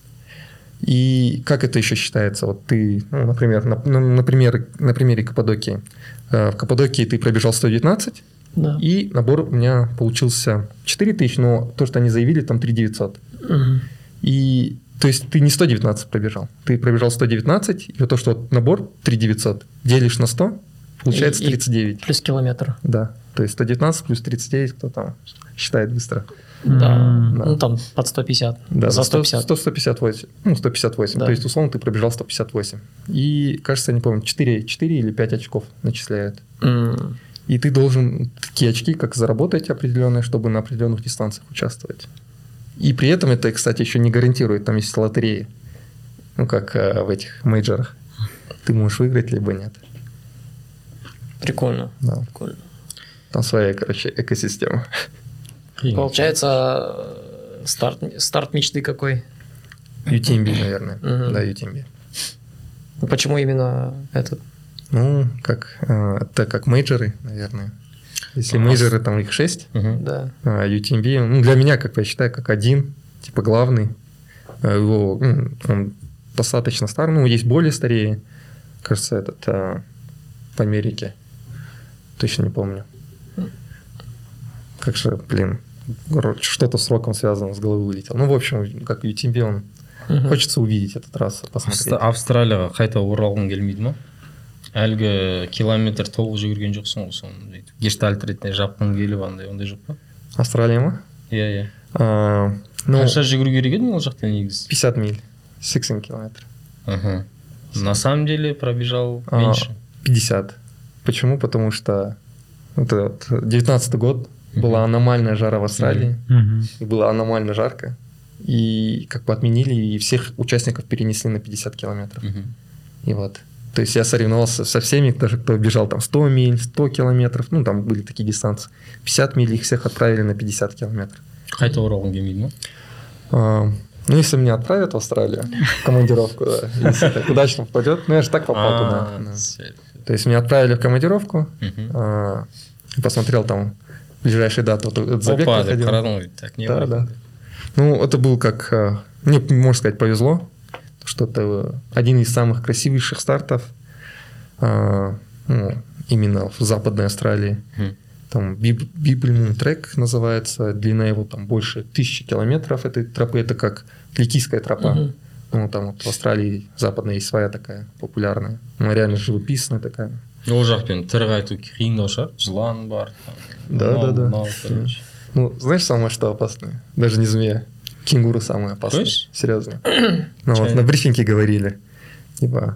И как это еще считается? Вот ты, ну, например, на примере Каппадокии. В Каппадокии ты пробежал 119, да. И набор у меня получился 4000, но то, что они заявили, там 3900. И, то есть ты не 119 пробежал, ты пробежал 119, и вот то, что вот набор 3900 делишь на 100, получается 39. Плюс километр. Да, то есть 119 плюс 39, кто там считает быстро. Да. Ну там под 150. Да, за 150. 158. Ну, 158. Да. То есть, условно, ты пробежал 158. И, кажется, я не помню, 4 или 5 очков начисляют. И ты должен такие очки как заработать определенные, чтобы на определенных дистанциях участвовать. И при этом это, кстати, еще не гарантирует. Там есть лотереи. Ну, как в этих мейджорах. Ты можешь выиграть, либо нет. Прикольно. Да. Прикольно. Там своя, короче, экосистема. Получается, старт мечты какой? UTMB, наверное. Да, UTMB. Почему именно этот? Ну, это как мейджоры, наверное. Если мейджоры, там их 6, да. UTMB, ну, для меня, как я считаю, как один, типа главный. Его, он достаточно старый, ну, есть более старее. Кажется, этот по Америке. Точно не помню. Как же, блин, что-то с роком связано, с головы вылетел. Ну, в общем, как UTMB, он хочется увидеть этот раз, посмотреть. Австралияға қайта оралғың келмейді ма? Әлгі километр толық жүгірген жоқсың ғой, соны гештальт ретінде жапқың келіп андай, ондай жоқ па? Австралия ма? Иә. Қанша жүгіру керек еді ол жақта негізі? 50 миль, 60 километров. На самом деле пробежал меньше. 50. Почему? Потому что 19 год, была аномальная жара в Австралии, и было аномально жарко, и как бы отменили, и всех участников перенесли на 50 километров. И вот. То есть я соревновался со всеми, даже кто бежал там 100 миль, 100 километров. Ну, там были такие дистанции. 50 миль, их всех отправили на 50 километров. Қайта оралғың келмейді ма? Ну, если меня отправят в Австралию, в командировку, да, если так удачно попадет, ну, я же так попал туда. Да. То есть меня отправили в командировку, посмотрел там ближайшие даты, вот забег проходил. Так не да. Ну, это был как, мне, можно сказать, повезло, что это один из самых красивейших стартов именно в Западной Австралии. Там Библьмун трек называется, длина его там больше 1000 километров этой тропы, это как Ликийская тропа. Ну, там вот в Австралии западной есть своя такая популярная, она реально живописная такая. Ол жақпен тірі айту қиындау шығар, жылан бар. Да. Ну, знаешь, самое что опасное? Даже не змея. Кенгуру самое опасное. Точно? Серьезно. Ну, вот на брифинге говорили. Типа,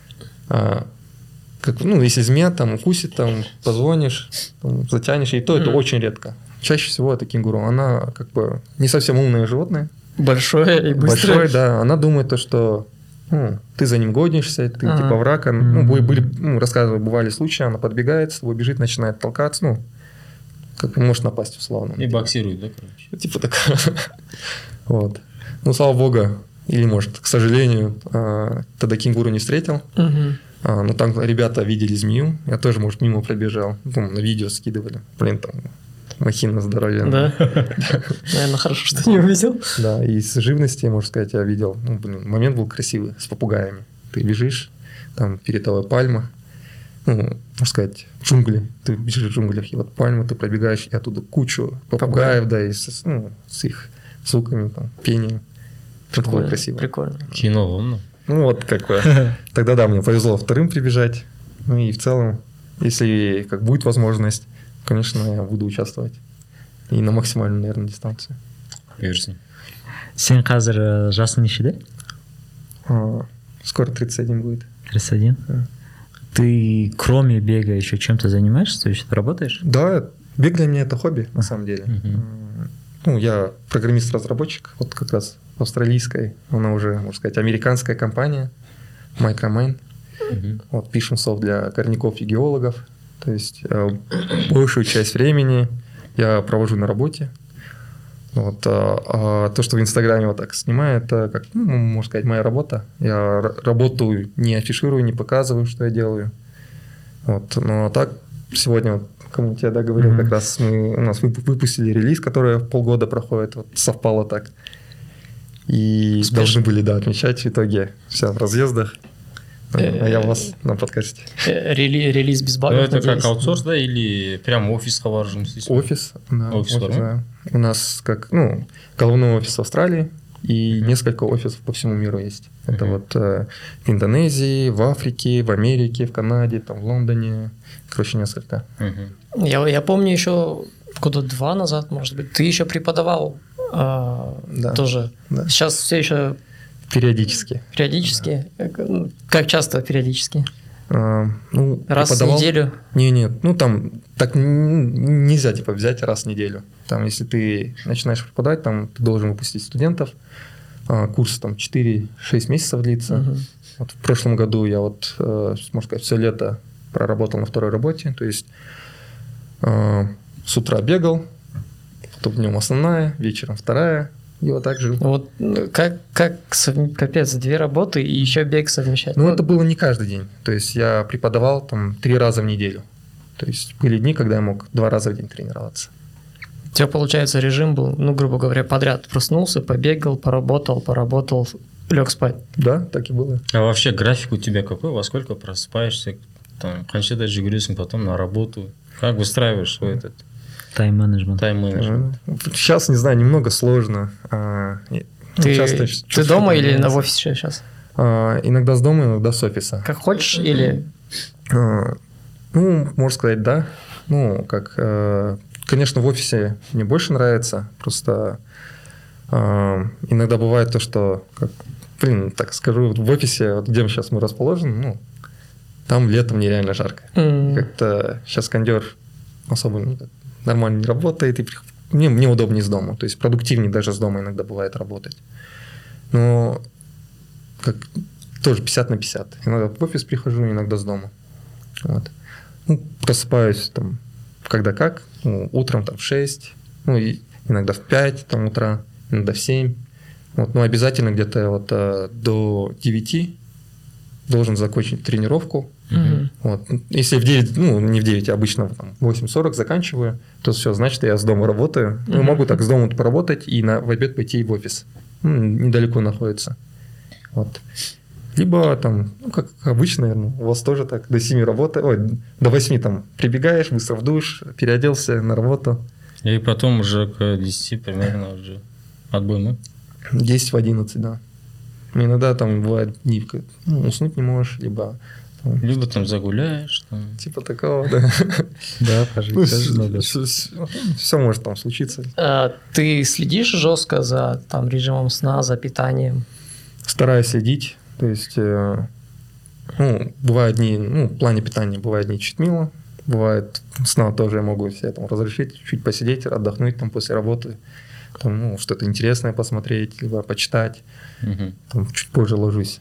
как, ну, если змея там укусит, там позвонишь, там, затянешь, и то это очень редко. Чаще всего это кенгуру. Она как бы не совсем умное животное. Большое и быстрое. Большое, да. Она думает то, что ты за ним гонишься, ты типа враг. Рассказывали, бывали случаи, она подбегает, с тобой бежит, начинает толкаться, ну, как может напасть условно. И боксирует, да, короче? Типа такая. Вот. Ну, слава богу, или может, к сожалению, тогда кенгуру не встретил. Но там ребята видели змею, я тоже, может, мимо пробежал, на видео скидывали. Блин, там махина здоровья. Да? Наверное, хорошо, что не увидел. Да, и из живности, можно сказать, я видел. Ну, блин, момент был красивый, с попугаями. Ты бежишь, там перед тобой пальма, ну, можно сказать, джунгли. Ты бежишь в джунглях, и вот пальму ты пробегаешь, и оттуда кучу попугаев, да, и с их звуками, там, пением. Прикольно, красиво. Прикольно. Кино умно. Ну, вот как бы. Тогда, да, мне повезло вторым прибежать. Ну, и в целом, если как будет возможность, конечно, я буду участвовать. И на максимальную, наверное, дистанцию. Бұйырсын. Сен қазір жасың нешеде? Скоро 31 будет. 31? Да. Ты кроме бега еще чем-то занимаешься? То есть работаешь? Да, бег для меня это хобби, на самом деле. Ну, я программист-разработчик, вот как раз австралийской, она уже, можно сказать, американская компания, Micromain. Вот, пишем софт для горняков и геологов. То есть большую часть времени я провожу на работе. Вот, а то, что в Инстаграме вот так снимаю, это, как, можно сказать, моя работа. Я работаю, не афиширую, не показываю, что я делаю. Вот, но так сегодня, вот, кому я говорил, как раз у нас выпустили релиз, который полгода проходит, вот совпало так. И должны были, да, отмечать в итоге все в разъездах. А я у вас на подкасте. Релиз без багов. Это как аутсорс, да, или прям офисқа барып жұмыс істейсің? Офис, да. У нас как, головной офис в Австралии и несколько офисов по всему миру есть. Это вот в Индонезии, в Африке, в Америке, в Канаде, там в Лондоне. Короче, несколько. Я помню еще года 2 назад, может быть, ты еще преподавал тоже. Да. Сейчас все еще... Периодически. Периодически? Да. Как часто периодически? Раз в неделю? Нет, там так нельзя типа взять раз в неделю. Там, если ты начинаешь преподавать, там ты должен выпустить студентов. Курс там 4-6 месяцев длится. Вот в прошлом году я вот, можно сказать, все лето проработал на второй работе. То есть с утра бегал, потом днем основная, вечером вторая. И вот так жил. Вот как капец, 2 работы и еще бег совмещать? Это было не каждый день. То есть я преподавал там 3 раза в неделю. То есть были дни, когда я мог 2 раза в день тренироваться. У тебя, получается, режим был, грубо говоря, подряд. Проснулся, побегал, поработал, лег спать. Да, так и было. А вообще график у тебя какой? Во сколько просыпаешься? Там, қаншада жүгіресің, потом на работу? Как выстраиваешь свой этот... Тайм-менеджмент. Сейчас, не знаю, немного сложно. Ты дома или в офисе сейчас? Иногда с дома, иногда с офиса. Как хочешь или... Можно сказать, да. Конечно, в офисе мне больше нравится. Просто иногда бывает то, что... так скажу, в офисе, вот где сейчас мы расположены, там летом нереально жарко. Как-то сейчас кондер особо... нормально не работает, и мне удобнее с дома, то есть продуктивнее даже с дома иногда бывает работать. Но тоже 50/50. Иногда в офис прихожу, иногда с дома. Вот. Ну, просыпаюсь там когда как, ну, утром там в 6, ну, и иногда в 5 там, утра, иногда в 7. Вот, но обязательно где-то вот до 9 должен закончить тренировку. Вот. Если в 9, ну, не в 9, а обычно там, в 8:40 заканчиваю, то все, значит, я с дома работаю. Ну, могу так с дома поработать и в обед пойти в офис. Ну, недалеко находится. Вот. Либо там, ну, как обычно, наверное, у вас тоже так, до 7 до 8 там прибегаешь, быстро в душ, переоделся на работу. И потом уже к 10 примерно уже отбой, ну? 10 в 11, да. Иногда там бывают дни, уснуть не можешь, либо там загуляешь. Там. Типа такого, да. Да, пожить тоже надо. Все может там случиться. Ты следишь жестко за там режимом сна, за питанием? Стараюсь следить. То есть, ну, бывают дни, ну, в плане питания бывают дни чуть мило, бывает сна тоже я могу себе там разрешить, чуть посидеть, отдохнуть там после работы, там, ну, что-то интересное посмотреть, либо почитать, там, чуть позже ложусь.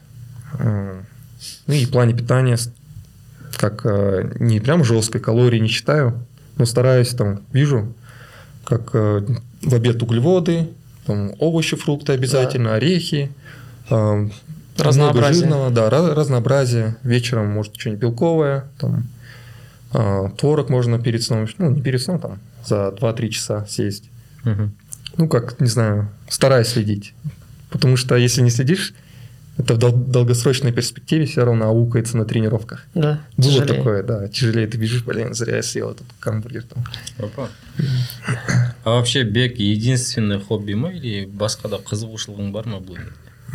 Ну и в плане питания, как не прям жестко, калорий не считаю, но стараюсь там, вижу, как в обед углеводы, там, овощи, фрукты обязательно, орехи, разнообразие. Много жирного, да, разнообразие. Вечером, может, что-нибудь белковое, там, творог можно перед сном, ну, не перед сном, там, за 2-3 часа съесть. Ну, как, не знаю, стараюсь следить. Потому что если не следишь, это в долгосрочной перспективе все равно аукается на тренировках. Да, было тяжелее. Такое, да, тяжелее. Ты бежишь, блин, зря я съел этот гамбургер. Там. Опа. А вообще бег единственное хобби ма или басқада қызығушылығың бар ма бұл?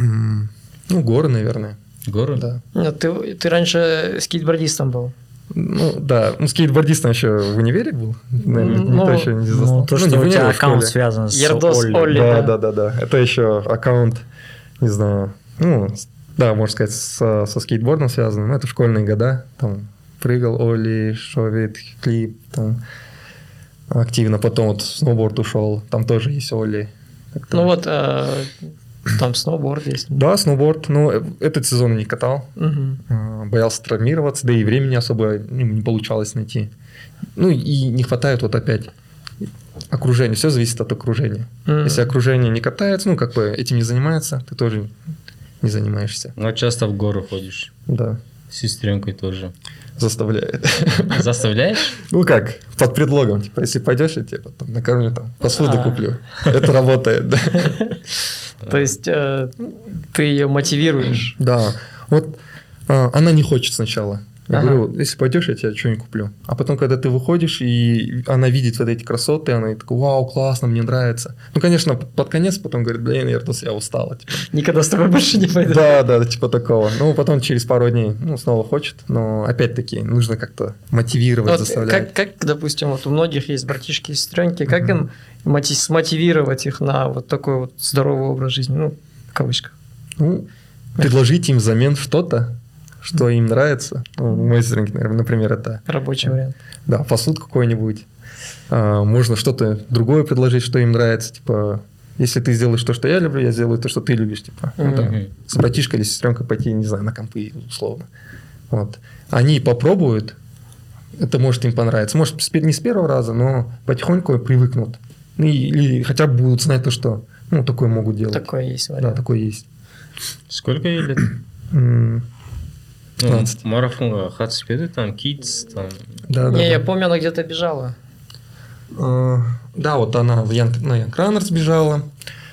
Ну, горы, наверное. Горы? Да. Нет, ты раньше скейтбордистом был. Ну, да. Ну, скейтбордистом еще в универе был. Наверное, никто еще не застал. Ну, то, не что в у тебя универе, в аккаунт школе. связан с Ердос Олли. Да. Это еще аккаунт, не знаю, ну, да, можно сказать, со скейтбордом связан. Но это школьные года. Там прыгал Олли, шовит, клип, там активно. Потом вот в сноуборд ушел. Там тоже есть Олли. Как-то. Ну вот, там сноуборд есть. Да, сноуборд. Но этот сезон не катал. Боялся травмироваться, да и времени особо не получалось найти. Ну и не хватает вот опять окружения. Все зависит от окружения. Если окружение не катается, ну как бы этим не занимается, ты тоже не занимаешься. Ну, часто в горы ходишь. Да. С сестренкой тоже. Заставляет. Заставляешь? Ну как, под предлогом, типа, если пойдешь, я тебе потом накормлю, там, посуду куплю. Это работает, да. То есть ты ее мотивируешь? Да. Вот она не хочет сначала. Я говорю, если пойдешь, я тебе что-нибудь куплю. А потом, когда ты выходишь, и она видит вот эти красоты, она такая, вау, классно, мне нравится. Ну, конечно, под конец потом говорит, блин, Ердос, я устала. Типа. Никогда с тобой больше не пойду. Да, типа такого. Ну, потом через пару дней, ну, снова хочет, но опять-таки нужно как-то мотивировать, вот заставлять. Как, допустим, вот у многих есть братишки и сестренки, как им смотивировать их на вот такой вот здоровый образ жизни, ну, в кавычках? Ну, предложить им взамен что-то, что им нравится. Ну, мой сестренке, например, это... Рабочий вариант. Да, фастфуд какой-нибудь. Можно что-то другое предложить, что им нравится. Типа, если ты сделаешь то, что я люблю, я сделаю то, что ты любишь. Типа, с братишкой или сестренкой пойти, не знаю, на компы, условно. Вот. Они попробуют, это может им понравиться. Может, не с первого раза, но потихоньку привыкнут. Или хотя бы будут знать то, что ну, такое могут делать. Такое есть вариант. Да, такое есть. Сколько ей лет? 15. Марафонға қатысып еді, там, Kids, там... Да. Я помню, она где-то бежала. Да, вот она на Young Runners бежала.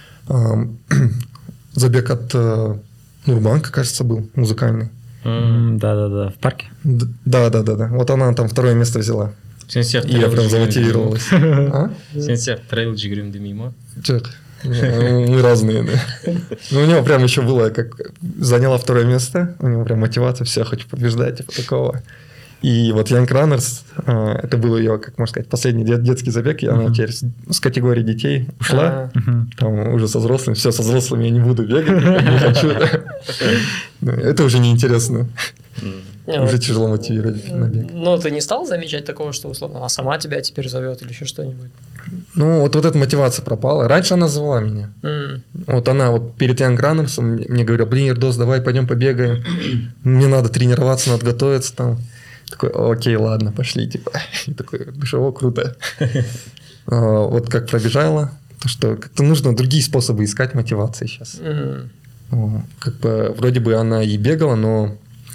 Забег от Нурбанка, кажется, был, музыкальный. Да, в парке. Да. Вот она там 2 место взяла. И я прям замотивировалась. Сен сияқты трейл жүгіремін демей ма? Жоқ. Мы разные, да. Но у него прям еще было, как заняла 2 место, у него прям мотивация, все, хочу побеждать, типа такого. И вот Young Runners, это был ее, как можно сказать, последний детский забег, и она теперь с категории детей ушла, там уже со взрослыми, все, со взрослыми я не буду бегать, не хочу. Это уже неинтересно. уже тяжело мотивировать на бег. Ну, ты не стал замечать такого, что, условно, она сама тебя теперь зовет или еще что-нибудь? Ну, вот эта мотивация пропала. Раньше она звала меня. Вот она вот перед Young Runners мне говорила: блин, Ердос, давай пойдем побегаем. Мне надо тренироваться, надо готовиться там. Такой: окей, ладно, пошли, типа. И такой: о, круто. Вот как пробежала, то что как-то нужно другие способы искать мотивации сейчас. Как бы вроде бы она и бегала, но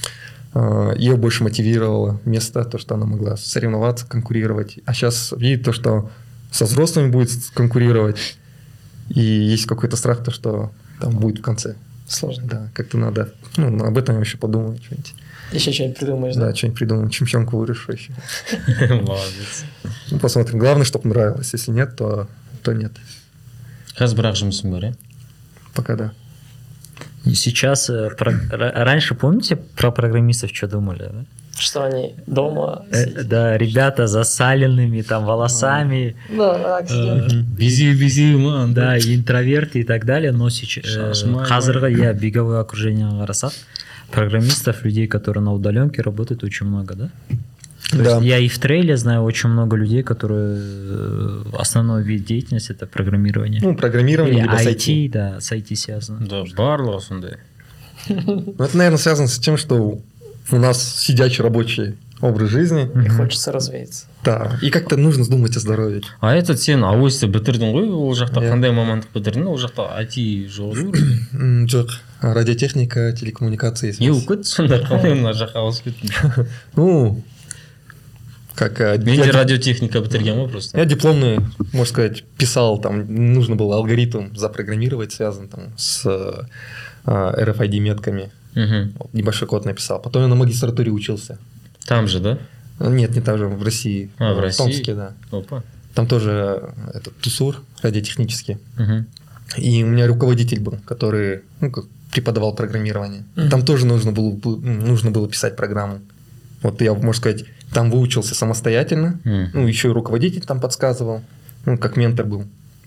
ее больше мотивировало место, то, что она могла соревноваться, конкурировать. А сейчас видит то, что со взрослыми будет конкурировать, и есть какой-то страх, то, что там будет в конце. Сложно. Да, как-то надо, об этом еще подумать. Что-нибудь. Еще что-нибудь придумаешь, да? Да, что-нибудь придумаем, чемпионку вырешу еще. Молодец. Посмотрим. Главное, чтобы нравилось. Если нет, то нет. Сейчас бірақ жұмысың бар, иә? Пока да. И сейчас, раньше, помните, про программистов что думали, да? Что они дома да, ребята с засаленными там волосами. Да, Бизи, ман. Да, интроверты и так далее. Но сейчас, я беговое окружение қарасақ, программистов, людей, которые на удаленке работают, очень много, да? Да. Я и в трейле знаю очень много людей, которые основной вид деятельности это программирование. Ну, программирование, либо с IT. Да, с IT связано. Да, барлығы сондай. Это, наверное, связано с тем, что у нас сидячий рабочий образ жизни. И хочется развеяться. Да, и как-то нужно думать о здоровье. А этот сен ауэсті бітірдің ғой, ол жақта қандай мамандық бітірдің, ол жақта IT жоқ еді? Жоқ, радиотехника, телекоммуникации. Еукіт, сонда қандай мына жаққа ауысып кеттің? Ну, как... Мен де радиотехника бітірген ғой просто. Я дипломный, можно сказать, писал, там нужно было алгоритм запрограммировать, связан там с RFID-метками. Небольшой код написал. Потом я на магистратуре учился. Там же, да? Нет, не там же, в России. В России? В Томске, да. Опа. Там тоже ТУСУР радиотехнический. И у меня руководитель был, который преподавал программирование. Там тоже нужно было писать программу. Вот я, можно сказать, там выучился самостоятельно. Ну, еще и руководитель там подсказывал. Ну, как ментор был.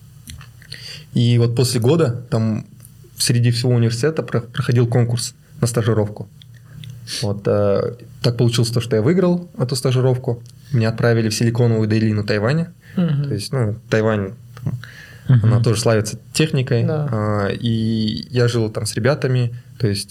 И вот после года там среди всего университета проходил конкурс на стажировку. Вот так получилось то, что я выиграл эту стажировку. Меня отправили в Силиконовую долину Тайваня. То есть, Тайвань, она тоже славится техникой. Да. И я жил там с ребятами. То есть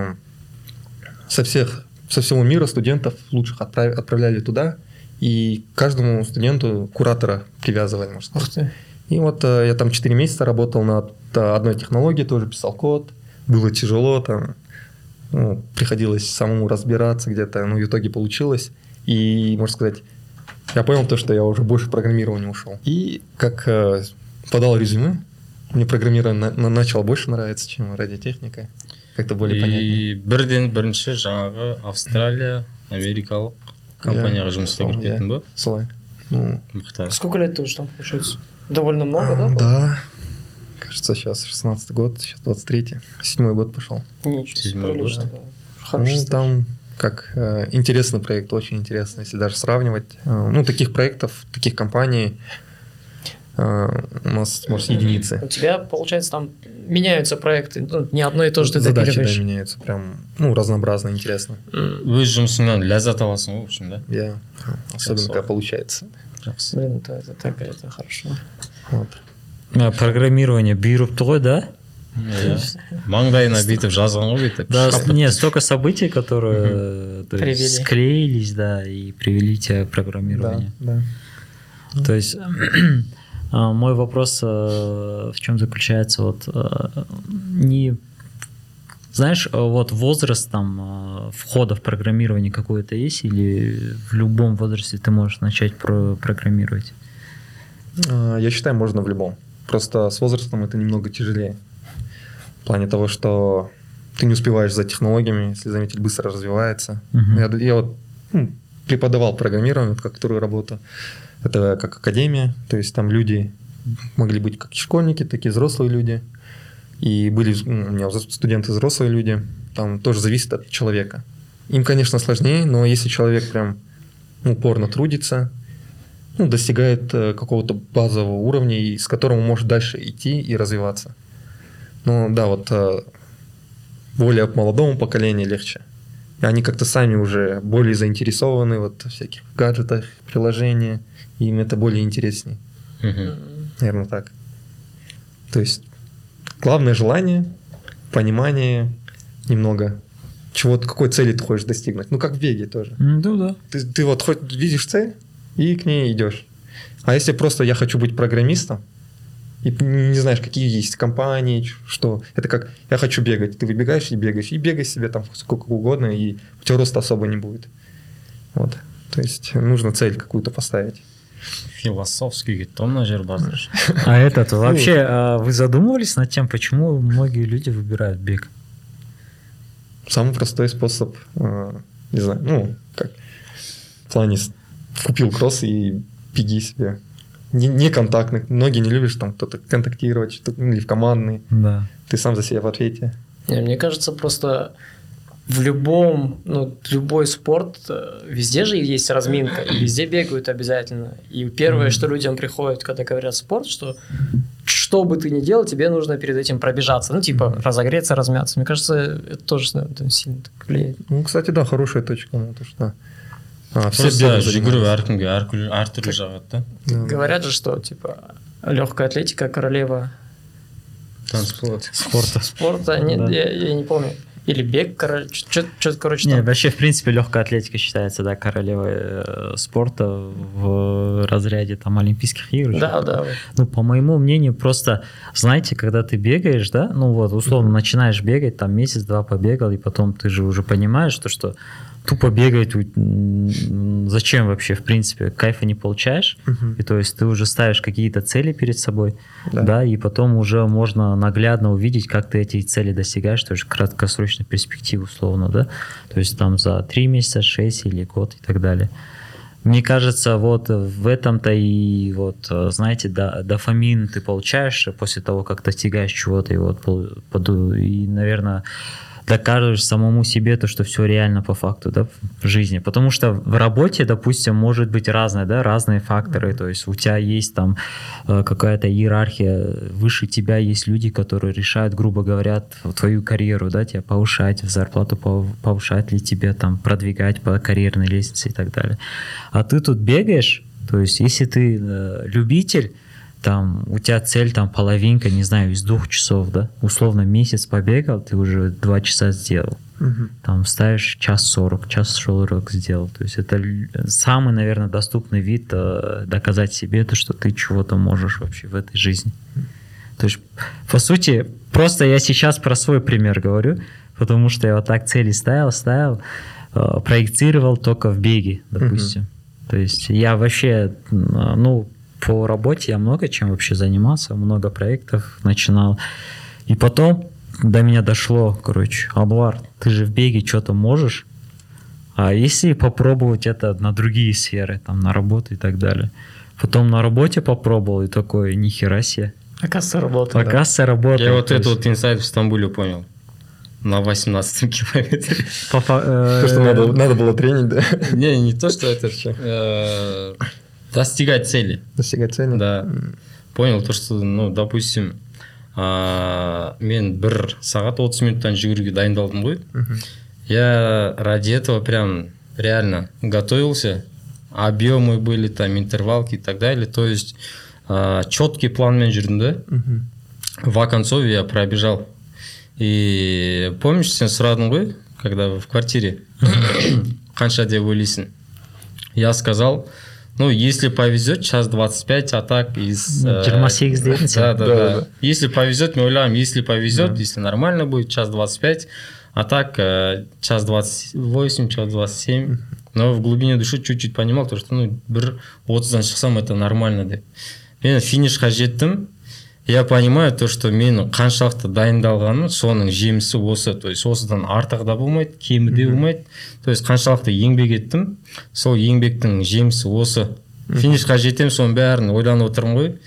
со всего мира студентов лучших отправляли туда. И каждому студенту куратора привязывали, можно сказать. И вот я там 4 месяца работал над одной технологией, тоже писал код. Было тяжело, там приходилось самому разбираться где-то, но в итоге получилось. И, можно сказать, я понял то, что я уже больше в программирование ушел. И как подал резюме, мне программирование начало больше нравиться, чем радиотехника. Как-то более понятнее. И бірінші жаңағы Австралия, америкалық компанияға жұмысқа кіріп кеттің ба? Солай. Мықты. Сколько лет ты уже там, получается? Довольно много, да? Да. Кажется, сейчас 16-й год, сейчас 23-й. 7-й год пошел. Ничего, 7-й год. Хороший там как интересный проект, очень интересный, если даже сравнивать. Таких проектов, таких компаний у нас, может, единицы. У тебя, получается, там меняются проекты, не одно и то же ты задачи, допиливаешь. Да, меняются, прям, разнообразно, интересно. Өз жұмысыңнан ләззат аласың, в общем, да? Я, особенно, когда получается. Блин, это хорошо. Вот. Программирование бұйырыпты ғой, да? Маңдайына бүйтіп жазған ғой бүйтіп. Да, нет, столько событий, которые склеились, да, и привели тебя к программированию. Да. То есть мой вопрос в чем заключается, знаешь, возраст там входа в программирование какой-то есть, или в любом возрасте ты можешь начать программировать? Я считаю, можно в любом. Просто с возрастом это немного тяжелее. В плане того, что ты не успеваешь за технологиями, если заметить, быстро развивается. Я преподавал программирование, как вторую работу. Это как академия, то есть там люди могли быть как и школьники, так и взрослые люди. И были у меня студенты взрослые люди. Там тоже зависит от человека. Им, конечно, сложнее, но если человек прям упорно трудится, достигает какого-то базового уровня, и с которым он может дальше идти и развиваться. Более молодому поколению легче. и они как-то сами уже более заинтересованы вот в всяких гаджетах, приложениях, и им это более интереснее. Наверное, так. То есть главное желание, понимание немного, чего-то, какой цели ты хочешь достигнуть. Ну, как в беге тоже. Да. Ты вот хоть видишь цель и к ней идешь. А если просто я хочу быть программистом, и не знаешь, какие есть компании, что... Это как я хочу бегать. Ты выбегаешь и бегай себе там сколько угодно, и у тебя роста особо не будет. Вот. То есть нужно цель какую-то поставить. Философский томна жер базар. А этот, вообще, вы задумывались над тем, почему многие люди выбирают бег? Самый простой способ, не знаю, ну, как в плане купил кросс и беги себе. Не контактных. Многие не любишь там кто-то контактировать, или в командный. Да. Ты сам за себя в ответе. Мне кажется, просто в любой спорт, везде же есть разминка, и везде бегают обязательно. И первое, что людям приходит, когда говорят спорт, что бы ты ни делал, тебе нужно перед этим пробежаться. Ну, типа, разогреться, размяться. Мне кажется, это тоже сильно так влияет. Ну, кстати, да, хорошая точка на то, что... Все жүгіру әркімге әртүрлі жағады да. Говорят же, что, типа, легкая атлетика королева спорта. Нет, я не помню. Или бег, что-то, короче, там. Не, вообще, в принципе, легкая атлетика считается, да, королевой спорта в разряде там Олимпийских игр. Да. Ну, по моему мнению, просто, знаете, когда ты бегаешь, да, ну вот, условно, начинаешь бегать, там месяц-два побегал, и потом ты же уже понимаешь, что тупо бегать зачем вообще, в принципе, кайфа не получаешь, и то есть ты уже ставишь какие-то цели перед собой, да, и потом уже можно наглядно увидеть, как ты эти цели достигаешь, то есть краткосрочной перспективы, условно, да, то есть там за 3 месяца, 6 или год и так далее. Мне кажется, вот в этом-то и вот, знаете, дофамин ты получаешь после того, как достигаешь чего-то, и наверное, докажешь самому себе то, что все реально по факту, да, в жизни. Потому что в работе, допустим, может быть разные факторы. То есть у тебя есть там какая-то иерархия, выше тебя есть люди, которые решают, грубо говоря, твою карьеру, да, тебя повышать, зарплату повышать ли тебе, там, продвигать по карьерной лестнице и так далее. А ты тут бегаешь, то есть если ты любитель, там, у тебя цель, там, половинка, не знаю, из 2 часов, да, условно, месяц побегал, ты уже 2 часа сделал. Там, ставишь 1:40, 1:40 сделал. То есть это самый, наверное, доступный вид доказать себе то, что ты чего-то можешь вообще в этой жизни. То есть, по сути, просто я сейчас про свой пример говорю, потому что я вот так цели ставил, проецировал только в беге, допустим. То есть я вообще, по работе я много чем вообще занимался, много проектов начинал. И потом до меня дошло, Анвар, ты же в беге что-то можешь, а если попробовать это на другие сферы, там, на работу и так далее. Потом на работе попробовал и такой, нихера себе. Оказывается, работает. Работает. Я вот этот вот инсайт в Стамбуле понял. На 18 километре. То, что надо было тренить, да? Не то, что это... Достигать цели. Да. Понял то, что, допустим, мен 1 сағат 30 минуттан жүгіруге дайындалдым ғой. Я ради этого прям реально готовился. Объемы были, там, интервалки и так далее. То есть четкий планмен жүрдім, да? В оконцове я пробежал. И помнишь, сен сұрадың ғой, когда в квартире, қанша деп ойлайсың? Я сказал... если повезет, 1:25, а так из... 28 дейтін сен. Да. Если повезет, мы ойлаймын, если повезет, если нормально будет, 1:25, а так 1:28, 1:27. Но в глубине души чуть-чуть понимал, то, что 1:30 шықсам, это нормально деп. Мен финишқа жеттім. Я понимаю то, что мен қаншалықты дайындалғаным, соның жемісі осы. То есть осыдан артық да болмайды, кемі де болмайды. То есть қаншалықты еңбек еттім, сол еңбектің жемісі осы. Финишқа жетем, соның бәрін ойланып отырмын ғой.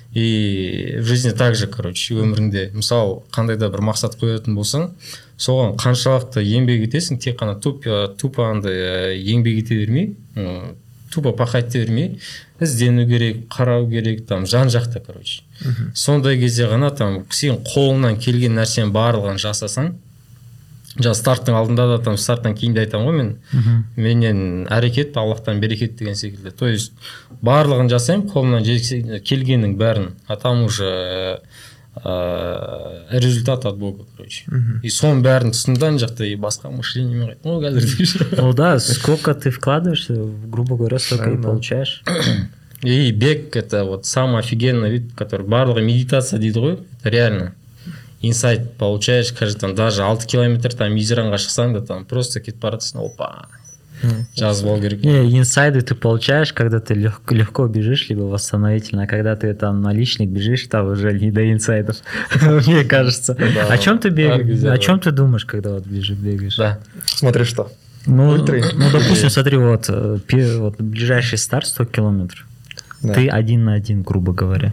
И в жизни так же, өміріңде. Мысалы, қандай да бір мақсат қоятын болсаң, соған қаншалықты еңбек етесің, тек қана тупо андай еңбек ете бермей, тупо пахать ете бермей, іздену керек, қарау керек, там, жан-жақта, сондай кезде ғана там сен қолыңнан келген нәрсенің барлығын жасасаң, жаңа старттың алдында да там старттан кейін де айтамын ғой мен менен әрекет Аллахтан берекет деген секілді. То есть барлығын жасаймын қолымнан келгеннің бәрін, а там уже результат от Бога, короче. И соның бәрін түсінді ана жақта, и басқа мышлениемен қайттым ғой қазір. Ну да, сколько ты вкладываешься, грубо говоря, столько и получаешь. И бег — это вот самый офигенный вид, который барлығы медитация дейді ғой, это реально. Инсайт получаешь, кажется, там даже 6 километр там изранға шықсаң да там просто кетіп баратсың, опа, жазып алу керек. Не, инсайды ты получаешь, когда ты легко бежишь, либо восстановительно, а когда ты там наличник бежишь, там уже не до инсайдов, мне кажется. О чем ты бегаешь? О чем ты думаешь, когда вот бегаешь? Да. Смотри, что. Ну, допустим, смотри, вот ближайший старт 100 километров. Ты 1 на 1, грубо говоря.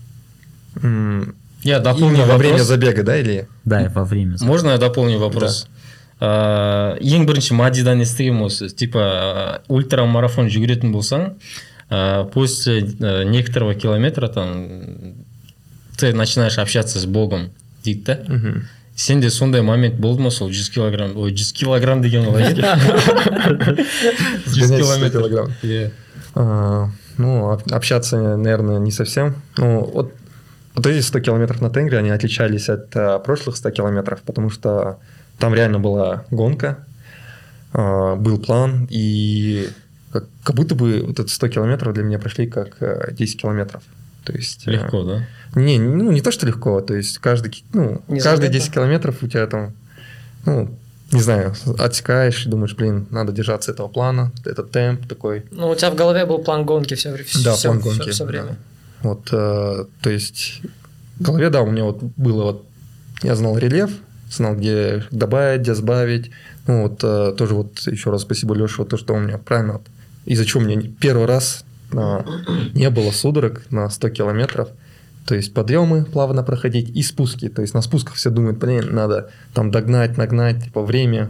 Я дополню во время забега, да, или? Да, во время забега. Можно я дополню вопрос? Ең бірінші Мадидан естігем осы, типа ультрамарафон жүгіретін болсаң, после некоторого километра там ты начинаешь общаться с Богом, дейді да? Сенде сондай момент болды ма сол 100 килограмм, ой, 100 килограмм деген қалай? 100 килограмм. Ну, общаться, наверное, не совсем. Ну, вот эти 100 километров на Тенгри, они отличались от прошлых 100 километров, потому что там реально была гонка, был план, и как будто бы вот это 100 километров для меня прошли как 10 километров. То есть, легко, да? Не то, что легко, то есть каждые 10 километров у тебя там, не знаю, отсекаешь и думаешь, блин, надо держаться этого плана, этот темп такой. Ну, у тебя в голове был план гонки все время. Да, план гонки. Все время. Да. Вот, то есть в голове, да, у меня вот было вот, я знал рельеф, знал, где добавить, где сбавить. Ну, вот тоже вот еще раз спасибо Леше, вот то, что у меня правильно, вот, из-за чего у меня первый раз не было судорог на 100 километров. То есть подъемы плавно проходить и спуски. То есть на спусках все думают, блин, надо там догнать, нагнать, типа время,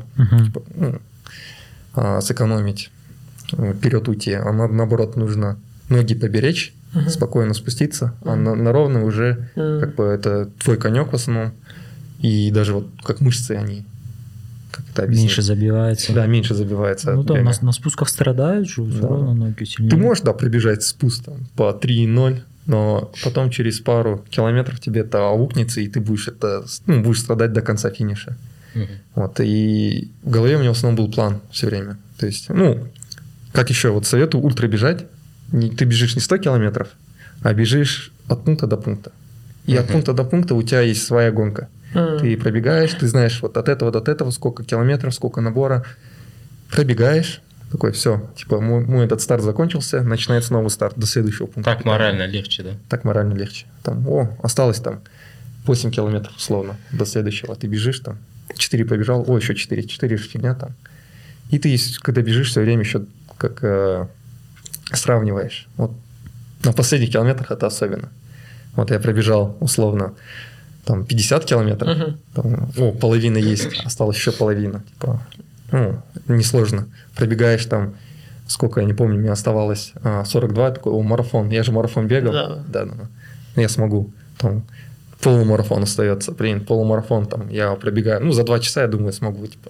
сэкономить, вперед уйти. А наоборот, нужно ноги поберечь, спокойно спуститься, а на ровно уже как бы это твой конек в основном. И даже вот как мышцы они как-то объяснить. Меньше забивается. Да, меньше забивается. Ну да, на спусках страдают же, все равно ноги сильнее. Ты можешь, да, пробежать спуск там, по 3:0, но потом через пару километров тебе это аукнется, и ты будешь будешь страдать до конца финиша. Вот, и в голове у меня в основном был план все время. То есть, как еще, вот советую ультра бежать. Ты бежишь не 100 километров, а бежишь от пункта до пункта. И от пункта до пункта у тебя есть своя гонка. Ты пробегаешь, ты знаешь вот от этого до этого сколько километров, сколько набора. Пробегаешь, такой, все, типа мой этот старт закончился, начинается новый старт до следующего пункта. Так морально легче, да? Так морально легче. Там, осталось там 8 километров условно до следующего. Ты бежишь там, 4 побежал, еще 4 же фигня там. И ты, когда бежишь, все время еще как сравниваешь. Вот на последних километрах это особенно. Вот я пробежал условно там 50 километров, там, половина есть, осталось еще половина. Типа, несложно. Пробегаешь там, сколько, я не помню, мне оставалось 42, такой, марафон. Я же марафон бегал. Да. Я смогу. Там полумарафон остается. Полумарафон там я пробегаю. За 2 часа, я думаю, смогу. Типа.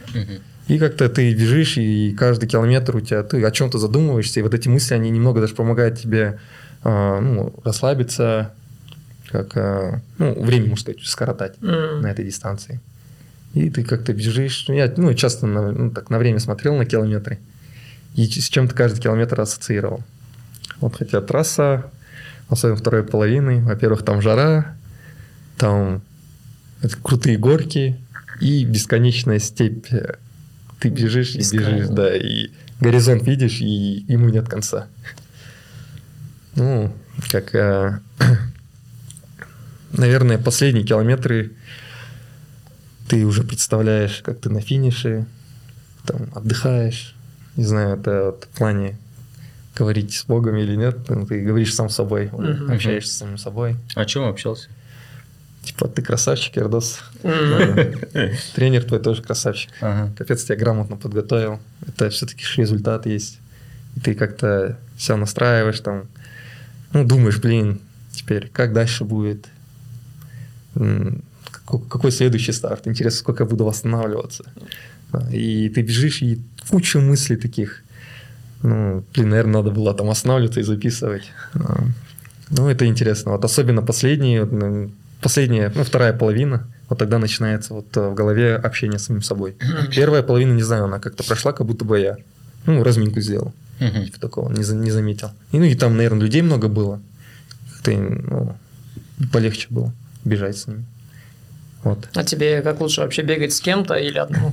И как-то ты бежишь, и каждый километр у тебя, ты о чем-то задумываешься, и вот эти мысли, они немного даже помогают тебе расслабиться, как время, можно сказать, скоротать на этой дистанции. И ты как-то бежишь. Я часто на время смотрел на километры и с чем-то каждый километр ассоциировал. Вот хотя трасса, особенно второй половины, во-первых, там жара, там крутые горки и бесконечная степь. Ты бежишь и бежишь, да, и горизонт видишь, и ему нет конца. Наверное, последние километры ты уже представляешь, как ты на финише, там, отдыхаешь. Не знаю, это вот в плане говорить с Богом или нет. Ты говоришь сам с собой, общаешься с самим собой. О чем общался? Типа, ты красавчик, Ердос. Тренер твой тоже красавчик. Капец, тебя грамотно подготовил. Это все-таки результат есть. И ты как-то все настраиваешь там. Думаешь, блин, теперь как дальше будет? какой следующий старт, интересно, сколько я буду восстанавливаться. И ты бежишь, и куча мыслей таких. Наверное, надо было там останавливаться и записывать. Это интересно. Вот особенно последняя, вторая половина, вот тогда начинается вот в голове общение с самим собой. Первая половина, не знаю, она как-то прошла, как будто бы я разминку сделал. Типа такого, не заметил. И там, наверное, людей много было. Как-то полегче было бежать с ними. Вот. А тебе как лучше вообще бегать с кем-то или одному?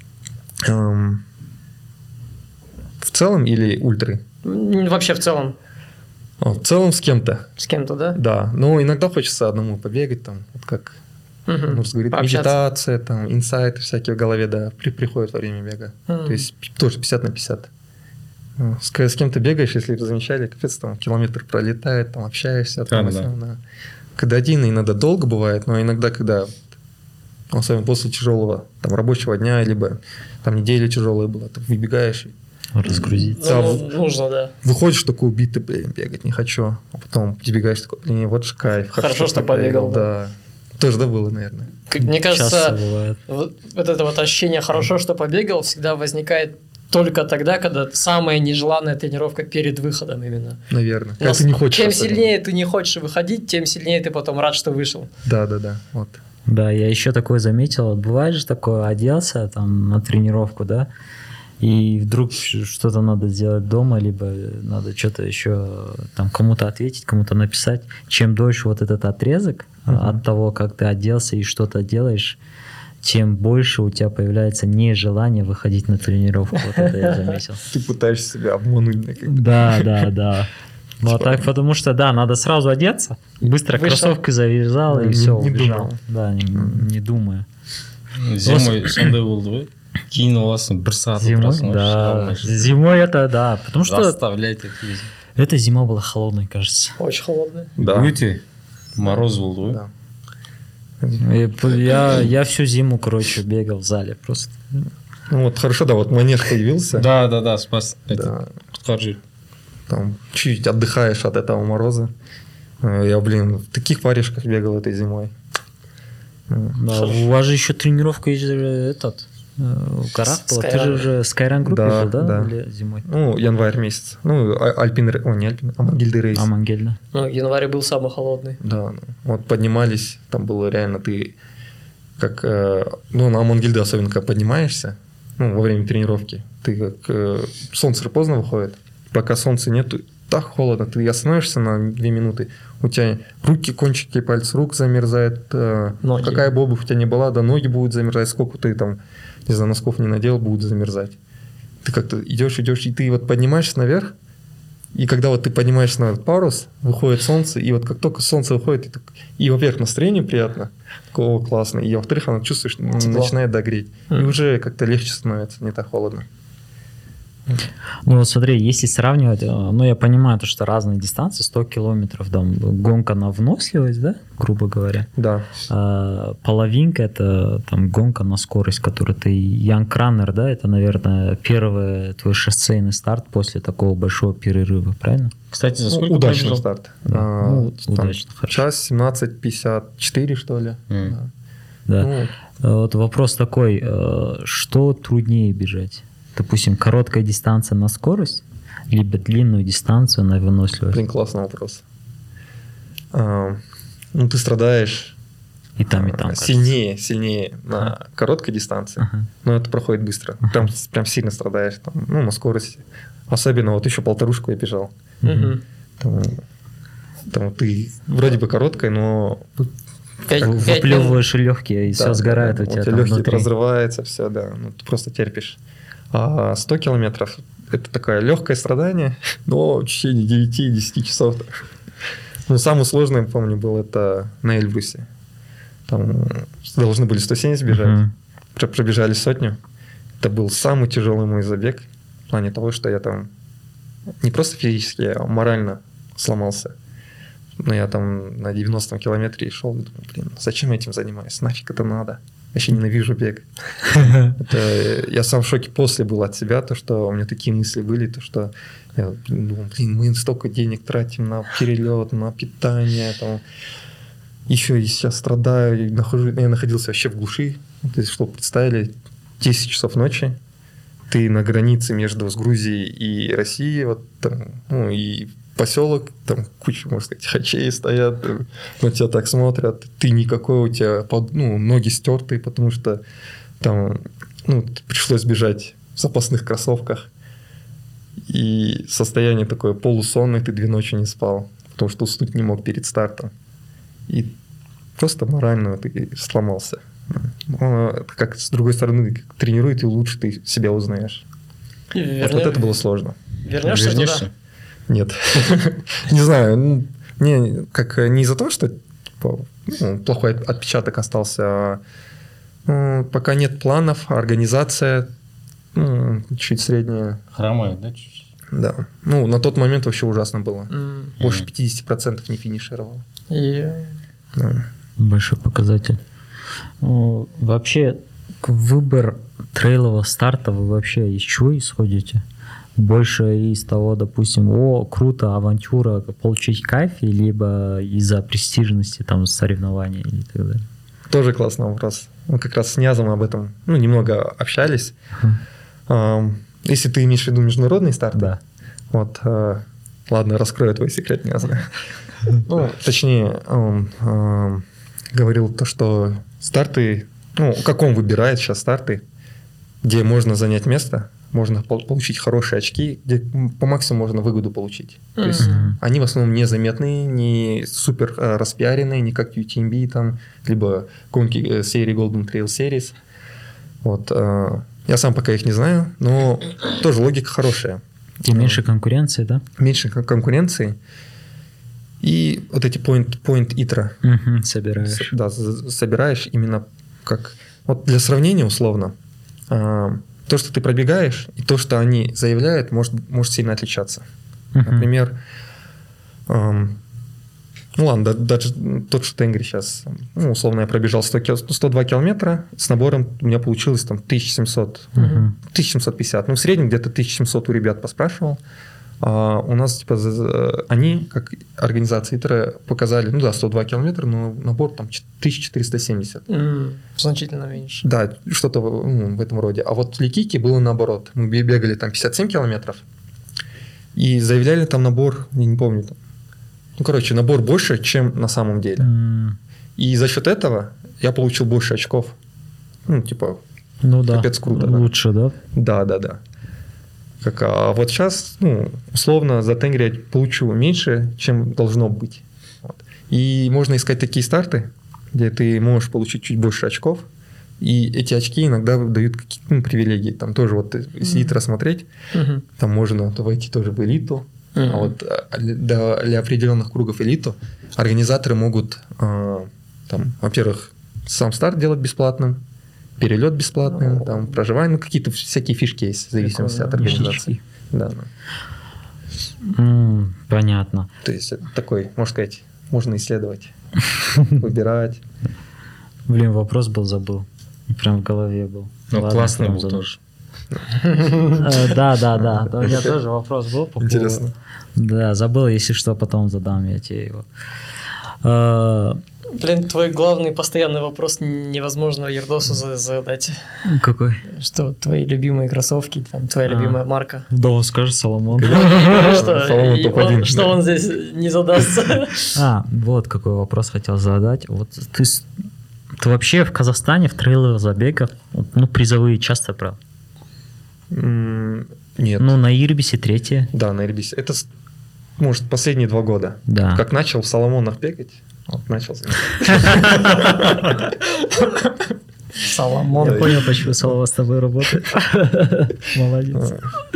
В целом или ультры? Вообще в целом. В целом с кем-то. С кем-то, да? Да. Иногда хочется одному побегать, там, вот как говорит, медитация, там, инсайты всякие в голове, да, приходят во время бега. То есть тоже 50/50. С кем-то бегаешь, если вы замечали, капец, там километр пролетает, там общаешься. Там, да. Когда один, иногда долго бывает, но иногда, когда, особенно после тяжелого там, рабочего дня, либо там неделя тяжелая была, ты выбегаешь и разгрузиться. Нужно, да. Выходишь такой убитый, бегать не хочу. А потом прибегаешь такой, вот же кайф. Хорошо, что побегал. Да. Тоже было, наверное. Мне кажется, вот это вот ощущение «хорошо, что побегал» всегда возникает только тогда, когда самая нежеланная тренировка перед выходом именно. Наверное. Когда ты не хочешь. Чем сильнее ты не хочешь выходить, тем сильнее ты потом рад, что вышел. Да. Вот. Да, я еще такое заметил. Бывает же такое, оделся там на тренировку, да, и вдруг что-то надо сделать дома, либо надо что-то еще там кому-то ответить, кому-то написать. Чем дольше вот этот отрезок от того, как ты оделся и что-то делаешь, тем больше у тебя появляется нежелание выходить на тренировку. Вот это я заметил. Ты пытаешься себя обмануть. Да. Вот так, потому что, да, надо сразу одеться, быстро кроссовки завязал и все, убежал. Да, не думая. Зимой сондай болды ғой? Кейін аласың, бір сағат отырасың. Да, зимой это, да, потому что... Заставляет это. Эта зима была холодной, кажется. Очень холодная. Да. Өте мороз болды ғой? Да. Я всю зиму, короче, бегал в зале просто. Вот хорошо, да, вот манеж появился. Да, спас. Да. Құтқарып. Там чуть отдыхаешь от этого мороза. Я, в таких варежках бегал этой зимой. Да, у вас же еще тренировка есть в горах была. Ты же уже Skyrun группе был, да? Или зимой? Январь месяц. Амангельды рейс. Амангель, да. Январь был самый холодный. Да, вот поднимались, там было реально ты как, на Амангельды особенно, когда поднимаешься, во время тренировки, ты как, солнце поздно выходит, пока солнца нету, так холодно, ты остановишься на 2 минуты, у тебя руки, кончики пальцев рук замерзают, какая бы обувь у тебя ни была, да, ноги будут замерзать, сколько ты там, не знаю, носков не надел, будут замерзать. Ты как-то идешь, и ты вот поднимаешься наверх, и когда вот ты поднимаешься на этот парус, выходит солнце, и вот как только солнце выходит, и во-первых, настроение приятно, такого классно, и во-вторых, оно чувствуешь, начинает догреть, и уже как-то легче становится, не так холодно. Ну вот смотри, если сравнивать, я понимаю, что разные дистанции, 100 километров, там, гонка на выносливость, да, грубо говоря. Да. Половинка — это там гонка на скорость, которую ты, Young Runner, да, это, наверное, первый твой шоссейный старт после такого большого перерыва, правильно? Кстати, за сколько удачный старт. Да. Удачно, час 17:54, что ли. Да. Вот вопрос такой, что труднее бежать? Допустим, короткая дистанция на скорость, либо длинную дистанцию на выносливость? Классный вопрос. Ты страдаешь и там, сильнее на короткой дистанции, но это проходит быстро. Прям сильно страдаешь на скорости. Особенно вот еще полторушку я бежал. Там ты вроде бы короткой, но... Выплевываешь легкие, и все сгорает у тебя там легкие внутри. Разрывается, все, да. Ты просто терпишь. А 100 километров – это такое легкое страдание, но в течение 9-10 часов. Самое сложное, помню, было это на Эльбрусе. Там должны были 170 бежать, пробежали 100. Это был самый тяжелый мой забег в плане того, что я там не просто физически, а морально сломался. Но я там на 90-м километре шел и думаю, зачем я этим занимаюсь? Нафиг это надо? Вообще ненавижу бег. Я сам в шоке после был от себя, то, что у меня такие мысли были, то, что я думал, мы столько денег тратим на перелет, на питание, там, еще и сейчас страдаю, я находился вообще в глуши. То есть, чтобы представили, 10 часов ночи, ты на границе между Грузией и Россией, вот там, ну, и поселок, там куча, можно сказать, хачей стоят, на тебя так смотрят, ты никакой, у тебя ноги стертые, потому что там пришлось бежать в запасных кроссовках. И состояние такое полусонное, ты 2 ночи не спал, потому что уснуть не мог перед стартом. И просто морально ты сломался. Как с другой стороны, тренирует, и лучше ты себя узнаешь. Вот это было сложно. Вернешься туда? Нет. Не знаю. Не из-за того, что плохой отпечаток остался, а пока нет планов, организация чуть средняя. Хромает, да, чуть-чуть? Да. На тот момент вообще ужасно было. Больше 50% не финишировал. Да. Большой показатель. Вообще, выбор трейлового старта вы вообще из чего исходите? Больше из того, допустим, круто, авантюра, получить кайф, либо из-за престижности там соревнований и так далее? Тоже классный вопрос. Мы как раз с Ниязом об этом немного общались. Если ты имеешь в виду международные старты, да. Вот, ладно, раскрою твой секрет, Нияз. Точнее, он говорил то, что старты, как он выбирает сейчас старты, где можно занять место, можно получить хорошие очки, где по максимуму можно выгоду получить. То есть они в основном незаметные, не супер распиаренные, не как UTMB, там, либо гонки серии Golden Trail Series. Вот, я сам пока их не знаю, но тоже логика хорошая. И меньше конкуренции, да? Меньше конкуренции. И вот эти point итра собираешь. Да, собираешь именно как... Вот для сравнения условно, то, что ты пробегаешь, и то, что они заявляют, может сильно отличаться. Например, ладно, даже тот же Тенгри сейчас, условно, я пробежал 102 километра, с набором у меня получилось там 1700, 1750. В среднем где-то 1700 у ребят поспрашивал. А у нас, они, как организация ИТРА, показали, 102 километра, но набор там 1470. Значительно меньше. Да, что-то в этом роде. А вот в Ликике было наоборот. Мы бегали там 57 километров и заявляли там набор, я не помню, набор больше, чем на самом деле. И за счет этого я получил больше очков. Капец круто. Лучше, да? Да. А вот сейчас, условно, за Тенгри я получу меньше, чем должно быть. Вот. И можно искать такие старты, где ты можешь получить чуть больше очков, и эти очки иногда дают какие-то привилегии. Там тоже, вот если ИТРА смотреть, там можно войти тоже в элиту. А вот для определенных кругов элиту организаторы могут, во-первых, сам старт делать бесплатным, перелет бесплатный, там, проживание, какие-то всякие фишки есть в зависимости от организации. Да. Понятно. То есть это такой, можно сказать, можно исследовать, выбирать. Блин, вопрос забыл. Прям в голове был. Классный был тоже. Да. У меня тоже вопрос был. Интересно. Да, забыл, если что, потом задам я тебе его. Блин, твой главный постоянный вопрос невозможно Ердосу задать. Какой? Что твои любимые кроссовки, твоя любимая марка? Да, он скажет Соломон. Что он здесь не задастся? Вот какой вопрос хотел задать. Вот ты вообще в Казахстане в трейловых забегах призовые часто брал? Нет. На Ирбисе 3. Да, на Ирбисе. Это, может, последние 2 года. Да. Как начал в Соломонах бегать, начал заниматься. Соломон. Я понял, почему Соломон с тобой работает. Молодец.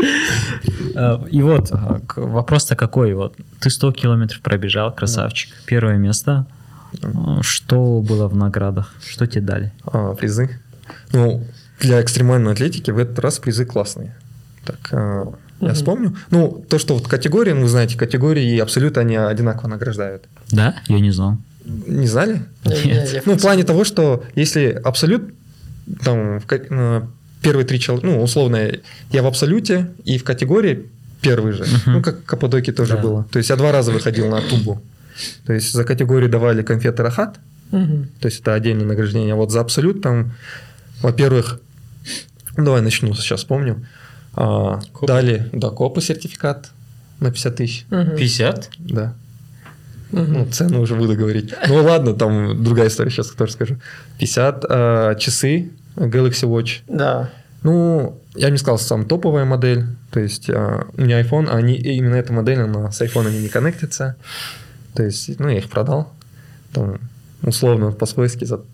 И вот вопрос-то какой. Вот ты 100 километров пробежал, красавчик. 1 место. Что было в наградах? Что тебе дали? Призы. Для экстремальной атлетики в этот раз призы классные. Так, я вспомню. То, что вот категории, вы знаете, категории абсолютно они одинаково награждают. Да? Я не знал. Не знали? Нет. В плане того, что если абсолют, там, первые 3 человека, условно, я в абсолюте и в категории первый же. Как в Каппадокии тоже было. То есть я 2 раза выходил на тубу. То есть за категорию давали конфеты Рахат, то есть это отдельное награждение. Вот за Абсолют там, во-первых, давай начну, сейчас вспомню. Дали, копы сертификат на 50 тысяч. 50? Да. Ну, цену уже буду говорить. Ну ладно, там другая история, сейчас тоже скажу. 50 часы Galaxy Watch. Да. Ну, я бы не сказал, сам топовая модель. То есть у меня iPhone, а именно эта модель, она с айфонами не коннектится. То есть, ну, я их продал. Там, условно, по-свойски за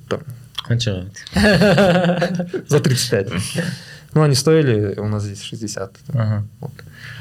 35. Ну, они стоили у нас здесь 60. Вот.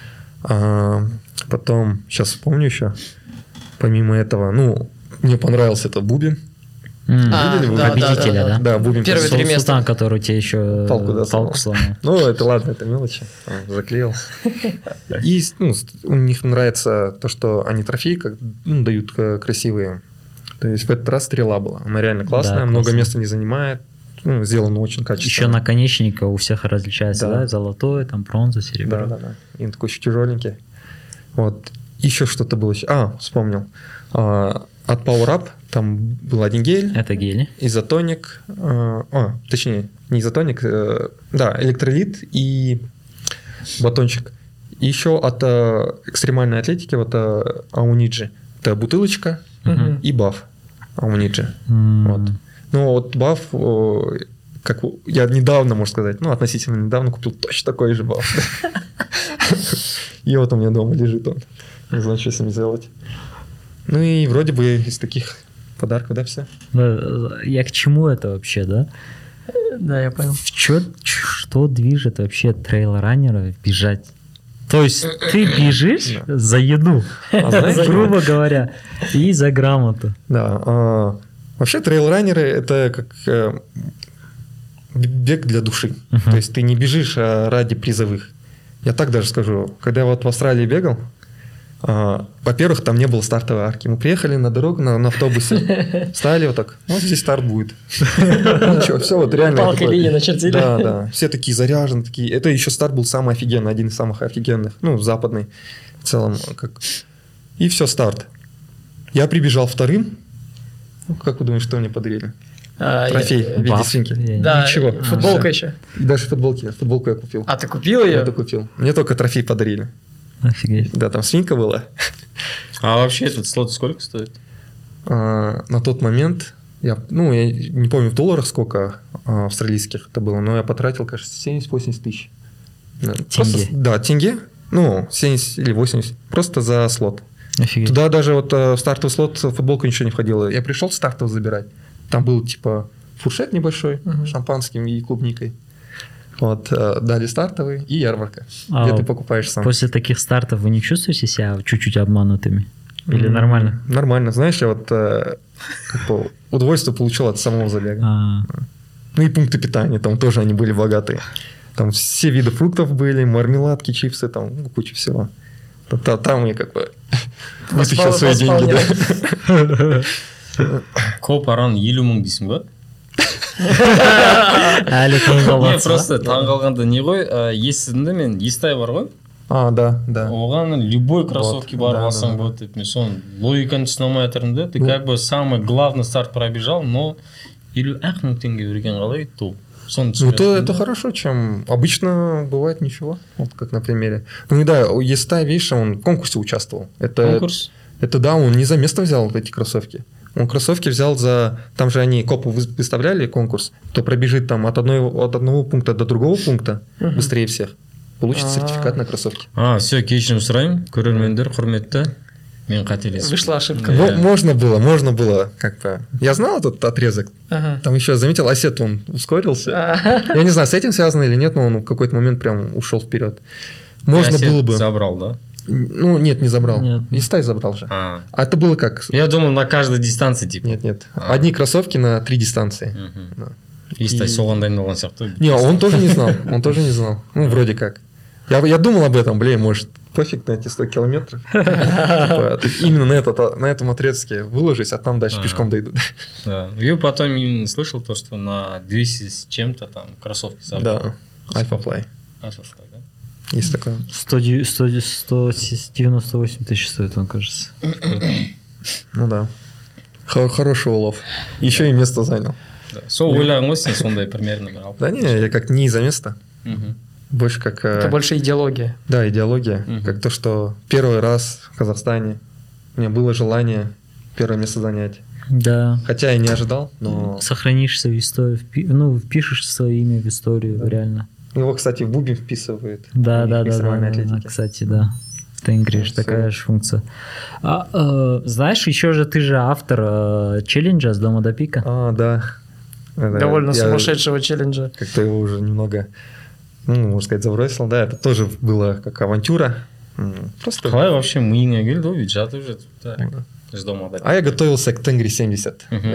Потом, сейчас вспомню еще. Помимо этого, ну, мне понравился этот бубен. Видели вы? Победителя, да? Да, бубен. Первые 3 места. Султан, который тебе еще палку сломал. Ну, это ладно, это мелочи. Заклеил. И у них нравится то, что они трофеи дают красивые. То есть в этот раз стрела была. Она реально классная, много места не занимает. Ну, сделано очень качественно. Еще наконечник у всех различается, да? Золотой, там бронза, серебро. Да. И он такой еще тяжеленький. Вот. Еще что-то было. Вспомнил. От Power Up там был один гель. Это гель. Изотоник. Точнее, не изотоник. Электролит и батончик. И еще от экстремальной атлетики, вот Ауниджи. Это бутылочка и баф Ауниджи. Вот. Ну, вот баф, как я недавно, можно сказать, относительно недавно купил точно такой же баф. И вот у меня дома лежит он. Не знаю, что с ним сделать. Ну и вроде бы из таких подарков, да, все. Я к чему это вообще, да? Да, я понял. Что движет вообще трейл-раннера бежать? То есть ты бежишь за еду, грубо говоря, и за грамоту. Да. Вообще трейл-раннеры – это как бег для души. То есть ты не бежишь ради призовых. Я так даже скажу. Когда я вот в Австралии бегал, во-первых, там не было стартовой арки. Мы приехали на дорогу на автобусе, встали вот так, вот здесь старт будет. Ничего, все вот реально. Палкой линии начертили. Да. Все такие заряжены, такие. Это еще старт был самый офигенный, один из самых офигенных, западный в целом. И все, старт. Я прибежал вторым. Как вы думаете, что мне подарили? Трофей в виде свинки. Да, ничего. Футболка еще. Даже футболку я купил. А ты купил ее? Я купил. Мне только трофей подарили. Офигеть. Да, там свинка была. А вообще этот слот сколько стоит? На тот момент, я не помню в долларах сколько австралийских это было, но я потратил, кажется, 70-80 тысяч. Тенге? Да, тенге. 70 или 80. Просто за слот. Офигеть. Туда даже вот в стартовый слот футболка ничего не входило. Я пришел стартовый забирать. Там был типа фуршет небольшой, шампанским и клубникой. Вот, дали стартовый и ярмарка, где ты покупаешь сам. После таких стартов вы не чувствуете себя чуть-чуть обманутыми? Или нормально? Нормально. Знаешь, я вот удовольствие получил от самого забега. Ну и пункты питания, там тоже они были богатые. Там все виды фруктов были, мармеладки, чипсы, там куча всего. Там я вытащил свои деньги. Коп аран 50 мың дейсің ба? Әлі Не, просто таң қалғанда не ғой, естідім мен, Естай бар ғой? Да. Оған любой кроссовки барып алсаң болады деп, мен соны логиканы түсіне алмай жатырмын да. Ты как бы самый главный старт пробежал, но 50 мың теңге берген қалай то. Это хорошо, чем обычно бывает ничего. Вот как на примере. Ну и да, Естай, видишь, он в конкурсе участвовал. Конкурс? Это да, он не за место взял эти кроссовки. Он кроссовки взял за... Там же они копу выставляли конкурс, кто пробежит там от одного пункта до другого пункта быстрее всех, получит сертификат на кроссовки. Все, кешірім сұрайын, көрермендер, құрметті. Мен қателесіп. Вышла ошибка. Можно было. Я знал этот отрезок. Там еще заметил, Осет, он ускорился. Я не знаю, с этим связано или нет, но он в какой-то момент прям ушел вперед. Можно было бы... Забрал, да? Ну, нет, не забрал. Естай забрал же. А это было как? Я думал, на каждой дистанции, типа. Нет. Одни кроссовки на 3 дистанции. Естай соған дайындалған сияқты. Не, он тоже не знал. Ну, вроде как. Я думал об этом, может, пофиг на эти 100 километров. Именно на этом отрезке выложусь, а там дальше пешком дойду. Да. И потом именно слышал то, что на 200 с чем-то там кроссовки забрал. Да, Alphafly. Alphafly, да? Есть такое. 198 тысяч стоит, он, кажется. Ну да. Хороший улов. Еще и место занял. Сол ойлаған ғой сен сондай примерно. Да не, я как не из-за места. Больше как... Это больше идеология. Да, идеология. Как то, что первый раз в Казахстане у меня было желание первое место занять. Да. Хотя я не ожидал, но... Сохранишься в историю, впишешь свое имя в историю, да. Реально. Его, кстати, в Бубин вписывает. Да, кстати, да. В Тенгриш такая же функция. Знаешь, еще же ты же автор челленджа «С дома до пика». Да. Довольно сумасшедшего челленджа. Как-то его уже немного, можно сказать, забросил. Да, это тоже было как авантюра. Просто... Қалай вообще миыңа келді ғой, жатып жатып «С дома до пика». А я готовился к Тенгри 70 в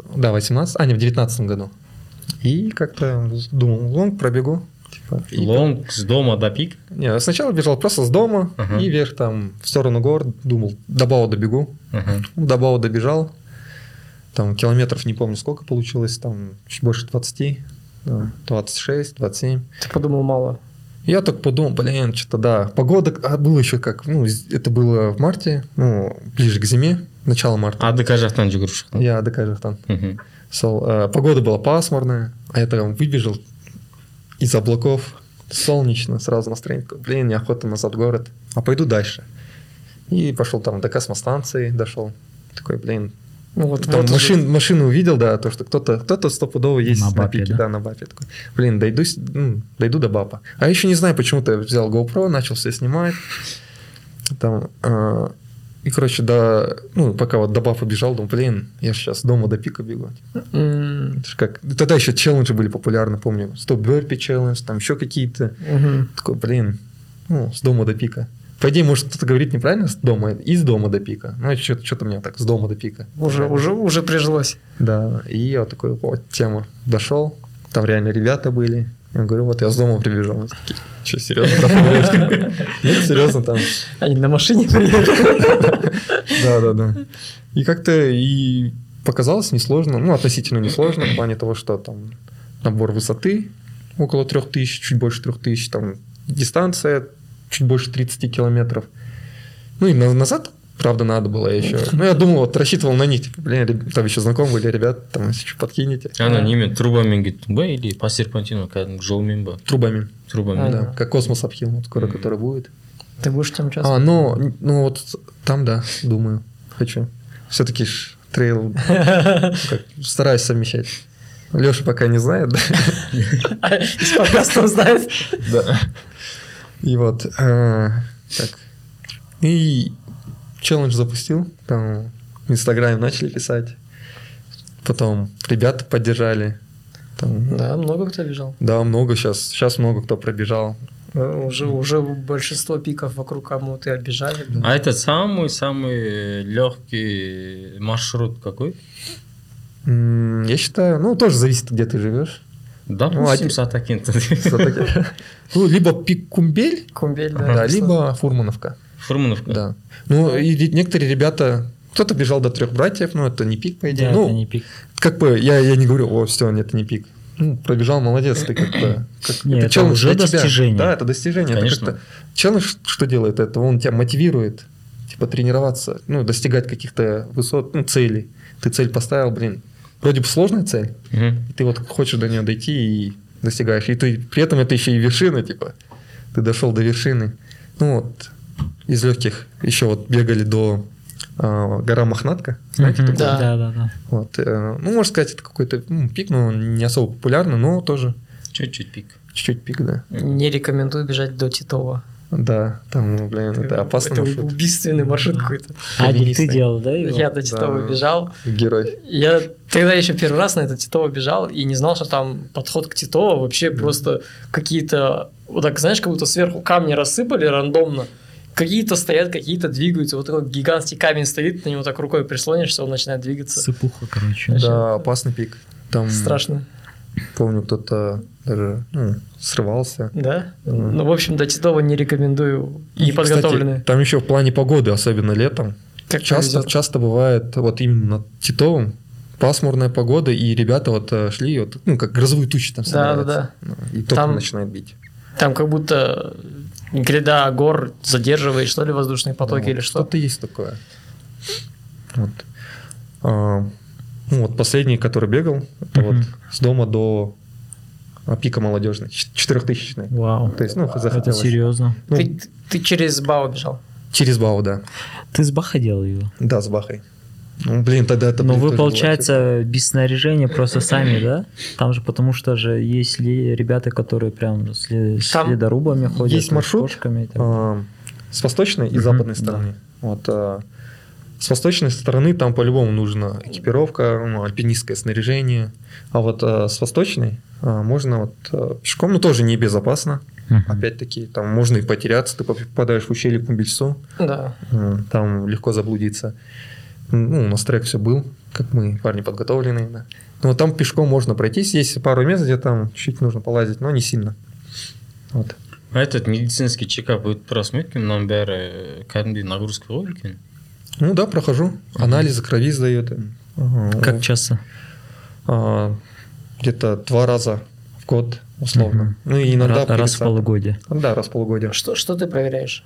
19 году. И как-то думал, лонг пробегу. Лонг с дома до пика? Не, сначала бежал просто с дома и вверх там в сторону гор, думал, до Бао добегу. До Бао добежал, там километров не помню сколько получилось, там чуть больше 20, 26, 27. Ты подумал мало? Я так подумал, что-то да. Погода было еще как, это было в марте, ближе к зиме, начало марта. АДК жақтан жүгіріп шықтың? Я АДК жақтан. Погода была пасмурная, а я там выбежал из облаков, солнечно, сразу настроение, неохота назад в город, а пойду дальше. И пошел там до космостанции, дошел, такой, там машину увидел, да, то, что кто-то стопудово есть на пике, да, на БАПе. Такой, дойду до БАПа. А еще не знаю, почему-то взял GoPro, начал все снимать. Там, и, короче, пока вот до БАПа бежал, думаю, я сейчас дома до пика бегу. Тогда еще челленджи были популярны, помню. 100 бёрпи челлендж, там еще какие-то. Такой, с дома до пика. По идее, может, кто-то говорит неправильно с дома, из дома до пика. Что-то у меня так, с дома до пика. Уже прижилось. Да, и я вот такой, тема. Дошел, там реально ребята были. Я говорю, я с дома прибежал. Что, серьезно? Нет, серьезно там. Они на машине приехали. Да. И как-то и показалось несложно, относительно несложно, в плане того, что там набор высоты около 3000, чуть больше 3000, там дистанция чуть больше 30 километров. И назад, правда, надо было еще. Я думал, рассчитывал на них. Там еще знакомые были ребята, там, если что, подкинете. Немен трубамен кеттің ба или по серпантину кәдімгі жолмен ба? Трубами, да. Как космос обхил, скоро, который будет. Ты будешь там участвовать? Там, да, думаю, хочу. Все-таки трейл стараюсь совмещать. Леша пока не знает, да? Из подкаста знает. Да. И так. И челлендж запустил, там в Инстаграме начали писать, потом ребята поддержали. Да, много кто бежал. Да, много сейчас много кто пробежал. Уже большинство пиков вокруг кому ты оббежали. Да. А это самый легкий маршрут какой? Я считаю, тоже зависит, где ты живешь. Да, 700 акинт. Либо пик Кумбель, да, либо Фурмановка. Фурмановка? Да. И некоторые ребята, кто-то бежал до 3 братьев, это не пик, по идее. Да, это не пик. Я не говорю, все, нет, это не пик. Пробежал, молодец, ты как-то... Нет, это уже достижение. Да, это достижение. Конечно. Это челлендж, что делает это? Он тебя мотивирует, тренироваться, достигать каких-то высот, целей. Ты цель поставил, вроде бы сложная цель, и ты хочешь до нее дойти и достигаешь. И при этом это еще и вершина, ты дошел до вершины. Из легких еще бегали до гора Мохнатка. Знаете, да. Можно сказать, это какой-то пик, но не особо популярный, но тоже... Чуть-чуть пик. Чуть-чуть пик, да. Не рекомендую бежать до Титова. Да, там, это опасный маршрут. Это убийственный маршрут какой-то. Ты делал, да, его? Я до Титова бежал. Герой. Я тогда еще первый раз на это Титово бежал и не знал, что там подход к Титово вообще просто какие-то... знаешь, как будто сверху камни рассыпали рандомно. Какие-то стоят, какие-то двигаются. Такой гигантский камень стоит, на него так рукой прислонишься, он начинает двигаться. Сыпуха, короче. Да, опасный пик. Там... Страшно. Помню, кто-то даже срывался. Да? В общем, до Титова не рекомендую неподготовленные. Кстати, там еще в плане погоды, особенно летом, часто бывает именно над Титовым пасмурная погода, и ребята шли, как грозовые тучи там собираются. Да. И только начинает бить. Там как будто гряда гор задерживает, что ли, воздушные потоки или что? Что-то есть такое. Вот. Ну, вот последний, который бегал, это вот с дома до пика молодежный, 4000-й. Вау. То есть, ну, Это захотелось. серьезно. Ну, Ты через БАО бежал? через БАО, да. Ты с Баха делал его? Да, с Бахой. Ну, блин, тогда это... Но блин, вы, тоже получается, без снаряжения просто сами, да? Там же потому что же есть ребята, которые прям следорубами ходят. есть маршрут кошками и так далее. с восточной и западной стороны. Вот, с восточной стороны там по-любому нужна экипировка, ну, альпинистское снаряжение. А вот с восточной можно вот пешком, ну тоже небезопасно. Опять-таки, там можно и потеряться, ты попадаешь в ущелье Кумбельсу, Да. там легко заблудиться. Ну, у нас трек все был, как мы, парни подготовленные. Да. Но там пешком можно пройтись, есть пару мест, где там чуть нужно полазить, но не сильно. Вот. А этот медицинский чекап өтіп тұрасың ба екен, мынаның бәрі кәдімгідей нагрузка ғой екен? Ну да, прохожу. Анализы крови сдает. Как часто? Где-то 2 раза в год, условно. Ну и иногда... Раз в полугодие. Да, раз в полугодие. Что ты проверяешь?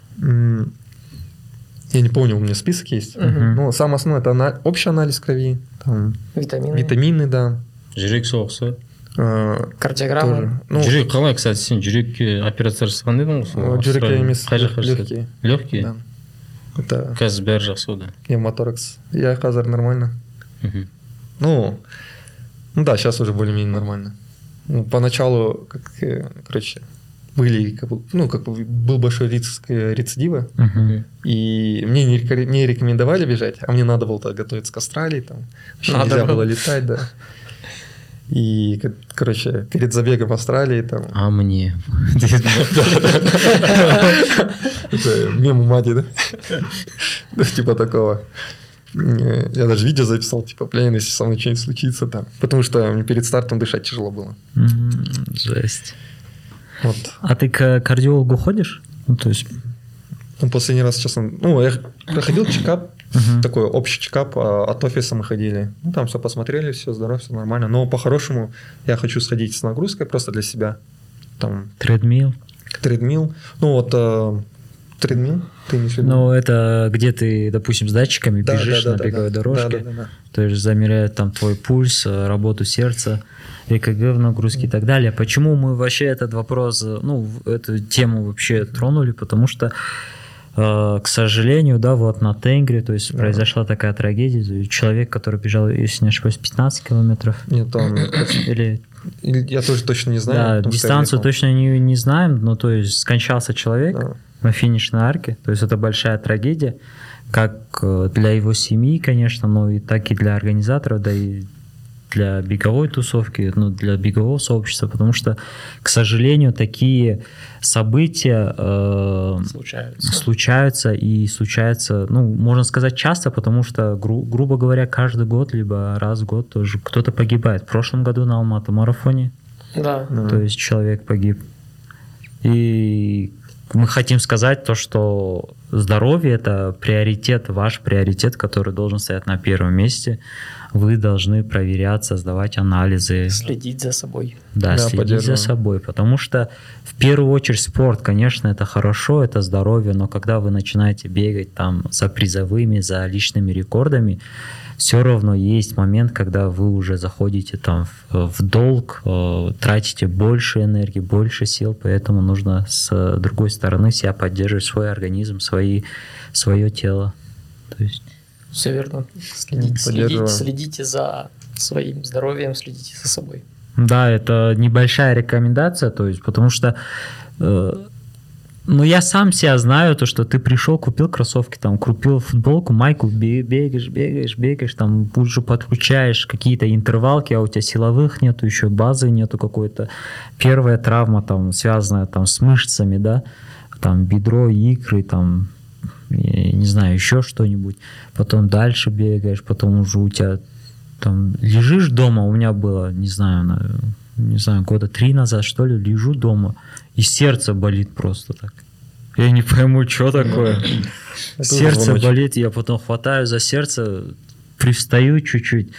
Я не помню, у меня список есть. Ну, самое основное, это общий анализ крови. Там, витамины, да. Жүрек соғысы. Кардиограмма. Ну, жүрек қалай, кстати, сен жүрекке операция жасаған едің ғой? жүрекке емес, қай жаққа легкие. Легкие? Да. Это Қазір бәрі жақсы да. пневмоторакс. Я қазір нормально. Ну, да, сейчас уже более-менее нормально. Ну, поначалу, короче, были, был большой риск рецидива, и мне не рекомендовали бежать, а мне надо было готовиться к Австралии, там вообще нельзя было летать, да. И, короче, перед забегом в Австралии там... А мне? Это мем у Мади, да? Типа такого. Я даже видео записал, типа, блин, если со мной что-нибудь случится там. Потому что мне перед стартом дышать тяжело было. Жесть. Вот. А ты к кардиологу ходишь? Ну, то есть... Ну, последний раз, честно... Ну, я проходил чекап, такой общий чекап, от офиса мы ходили. Ну, там все посмотрели, все здорово, все нормально. Но по-хорошему я хочу сходить с нагрузкой просто для себя. Там... Тредмил? Ну, вот... Тредмил? Ты имеешь в виду? Ну, это где ты, допустим, с датчиками бежишь на беговой дорожке. То есть замеряют там твой пульс, работу сердца, ЭКГ в нагрузке и так далее. Почему мы вообще этот вопрос, ну, эту тему вообще тронули? Потому что, к сожалению, да, вот на Тенгри, то есть произошла такая трагедия. Человек, который бежал, если не ошибаюсь, 15 километров. Нет, там... Или... Я тоже точно не знаю. Да, дистанцию точно не знаем, но то есть скончался человек на финишной арке. То есть это большая трагедия, как для его семьи, конечно, но и так и для организаторов, да и для беговой тусовки, ну, для бегового сообщества, потому что, к сожалению, такие события случаются, ну, можно сказать, часто, потому что, грубо говоря, каждый год, либо раз в год тоже кто-то погибает. В прошлом году на Алматы-марафоне, то есть человек погиб. И мы хотим сказать то, что здоровье – это приоритет, ваш приоритет, который должен стоять на первом месте. Вы должны проверяться, сдавать анализы. Следить за собой. Да, следить за собой. Потому что в первую очередь спорт, конечно, это хорошо, это здоровье, но когда вы начинаете бегать там за призовыми, за личными рекордами, все равно есть момент, когда вы уже заходите там в долг, тратите больше энергии, больше сил, поэтому нужно с другой стороны себя поддерживать, свой организм, свое тело. То есть... Все верно. Следите за своим здоровьем, следите за собой. Да, это небольшая рекомендация, то есть, потому что ну, я сам себя знаю, то, что ты пришел, купил кроссовки, там, купил футболку, майку, бегаешь, там, уже подключаешь какие-то интервалки, а у тебя силовых нету, еще базы нету какой-то. Первая травма, там, связанная, там, с мышцами, да, там, бедро, икры, там, я не знаю, еще что-нибудь. Потом дальше бегаешь, потом уже у тебя, там, лежишь дома, у меня было, не знаю, года 3 назад, что ли, лежу дома, и сердце болит просто так. Я не пойму, что такое. Сердце болит, я потом хватаю за сердце, привстаю чуть-чуть,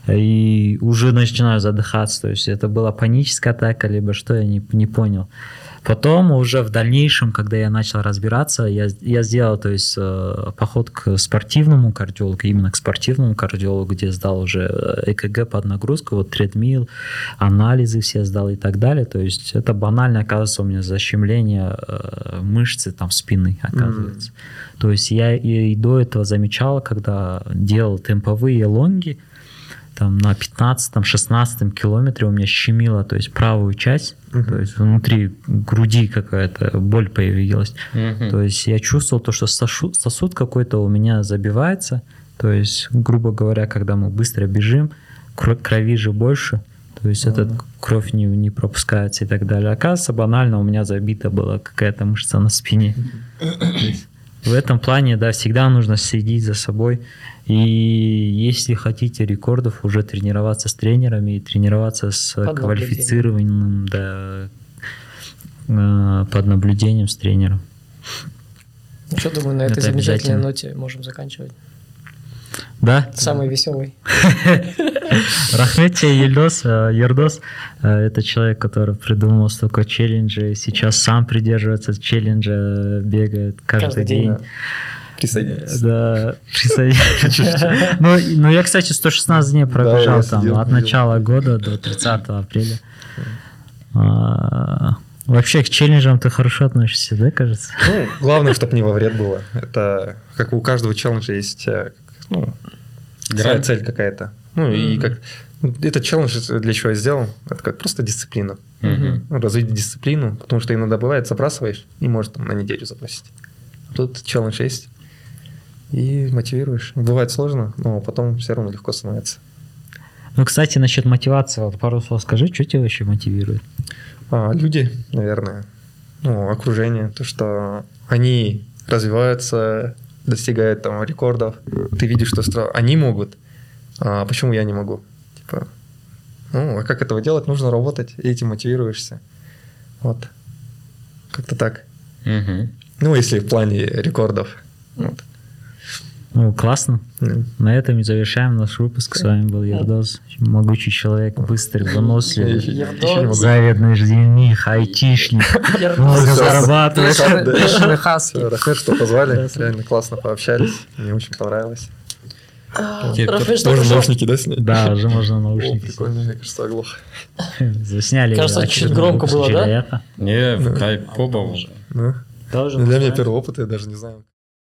и уже начинаю задыхаться. То есть это была паническая атака, либо что, я не понял. Потом уже в дальнейшем, когда я начал разбираться, я сделал, то есть, поход к спортивному кардиологу, именно к спортивному кардиологу, где сдал уже ЭКГ под нагрузку, вот тредмил, анализы все сдал и так далее. То есть это банально, оказывается, у меня защемление мышцы там спины, оказывается. То есть я и до этого замечал, когда делал темповые лонги, там на 15-16 километре у меня щемило, то есть правую часть, то есть внутри груди какая-то боль появилась. То есть я чувствовал то, что сосуд какой-то у меня забивается, то есть, грубо говоря, когда мы быстро бежим, крови же больше, то есть эта кровь не пропускается и так далее. Оказывается, банально у меня забита была какая-то мышца на спине. В этом плане, да, всегда нужно следить за собой. И если хотите рекордов, уже тренироваться с тренерами и тренироваться с квалифицированным, да, под наблюдением с тренером. Ну что, думаю, на этой замечательной ноте можем заканчивать. Да? Самый веселый. Рахмет тебе, Ердос. Это человек, который придумал столько челленджей. Сейчас сам придерживается челленджа, бегает каждый день. Присоединяйтесь. Да, присоединяйтесь. Ну, я, кстати, 116 дней пробежал там от начала года до 30 апреля. Вообще к челленджам ты хорошо относишься, да, кажется? Ну, главное, чтобы не во вред было. Это как у каждого челленджа есть своя цель какая-то. Ну, и как этот челлендж для чего я сделал? Это как просто дисциплина. Развить дисциплину, потому что иногда бывает, забрасываешь и может там на неделю забросить. Тут челлендж есть. И мотивируешь. Бывает сложно, но потом все равно легко становится. Ну, кстати, насчет мотивации, вот пару слов скажи, что тебя вообще мотивирует? Люди, наверное. Ну, окружение. То, что они развиваются, достигают там рекордов. Ты видишь, что они могут. А почему я не могу? Типа, а как этого делать? Нужно работать, и этим мотивируешься. Вот. Как-то так. Ну, если в плане рекордов. Вот. Ну, классно. На этом и завершаем наш выпуск. С вами был Ердос. Могучий человек, быстрый, выносливый, заветный жених, айтишник, много зарабатывает. Рахмет, что позвали. Реально классно пообщались. Мне очень понравилось. Можно наушники, да, снять? Да, уже можно наушники. Прикольно, мне кажется, оглох. Засняли. Кажется, чуть громко было, да? Не, в кайп оба уже. Для меня первый опыт, я даже не знаю.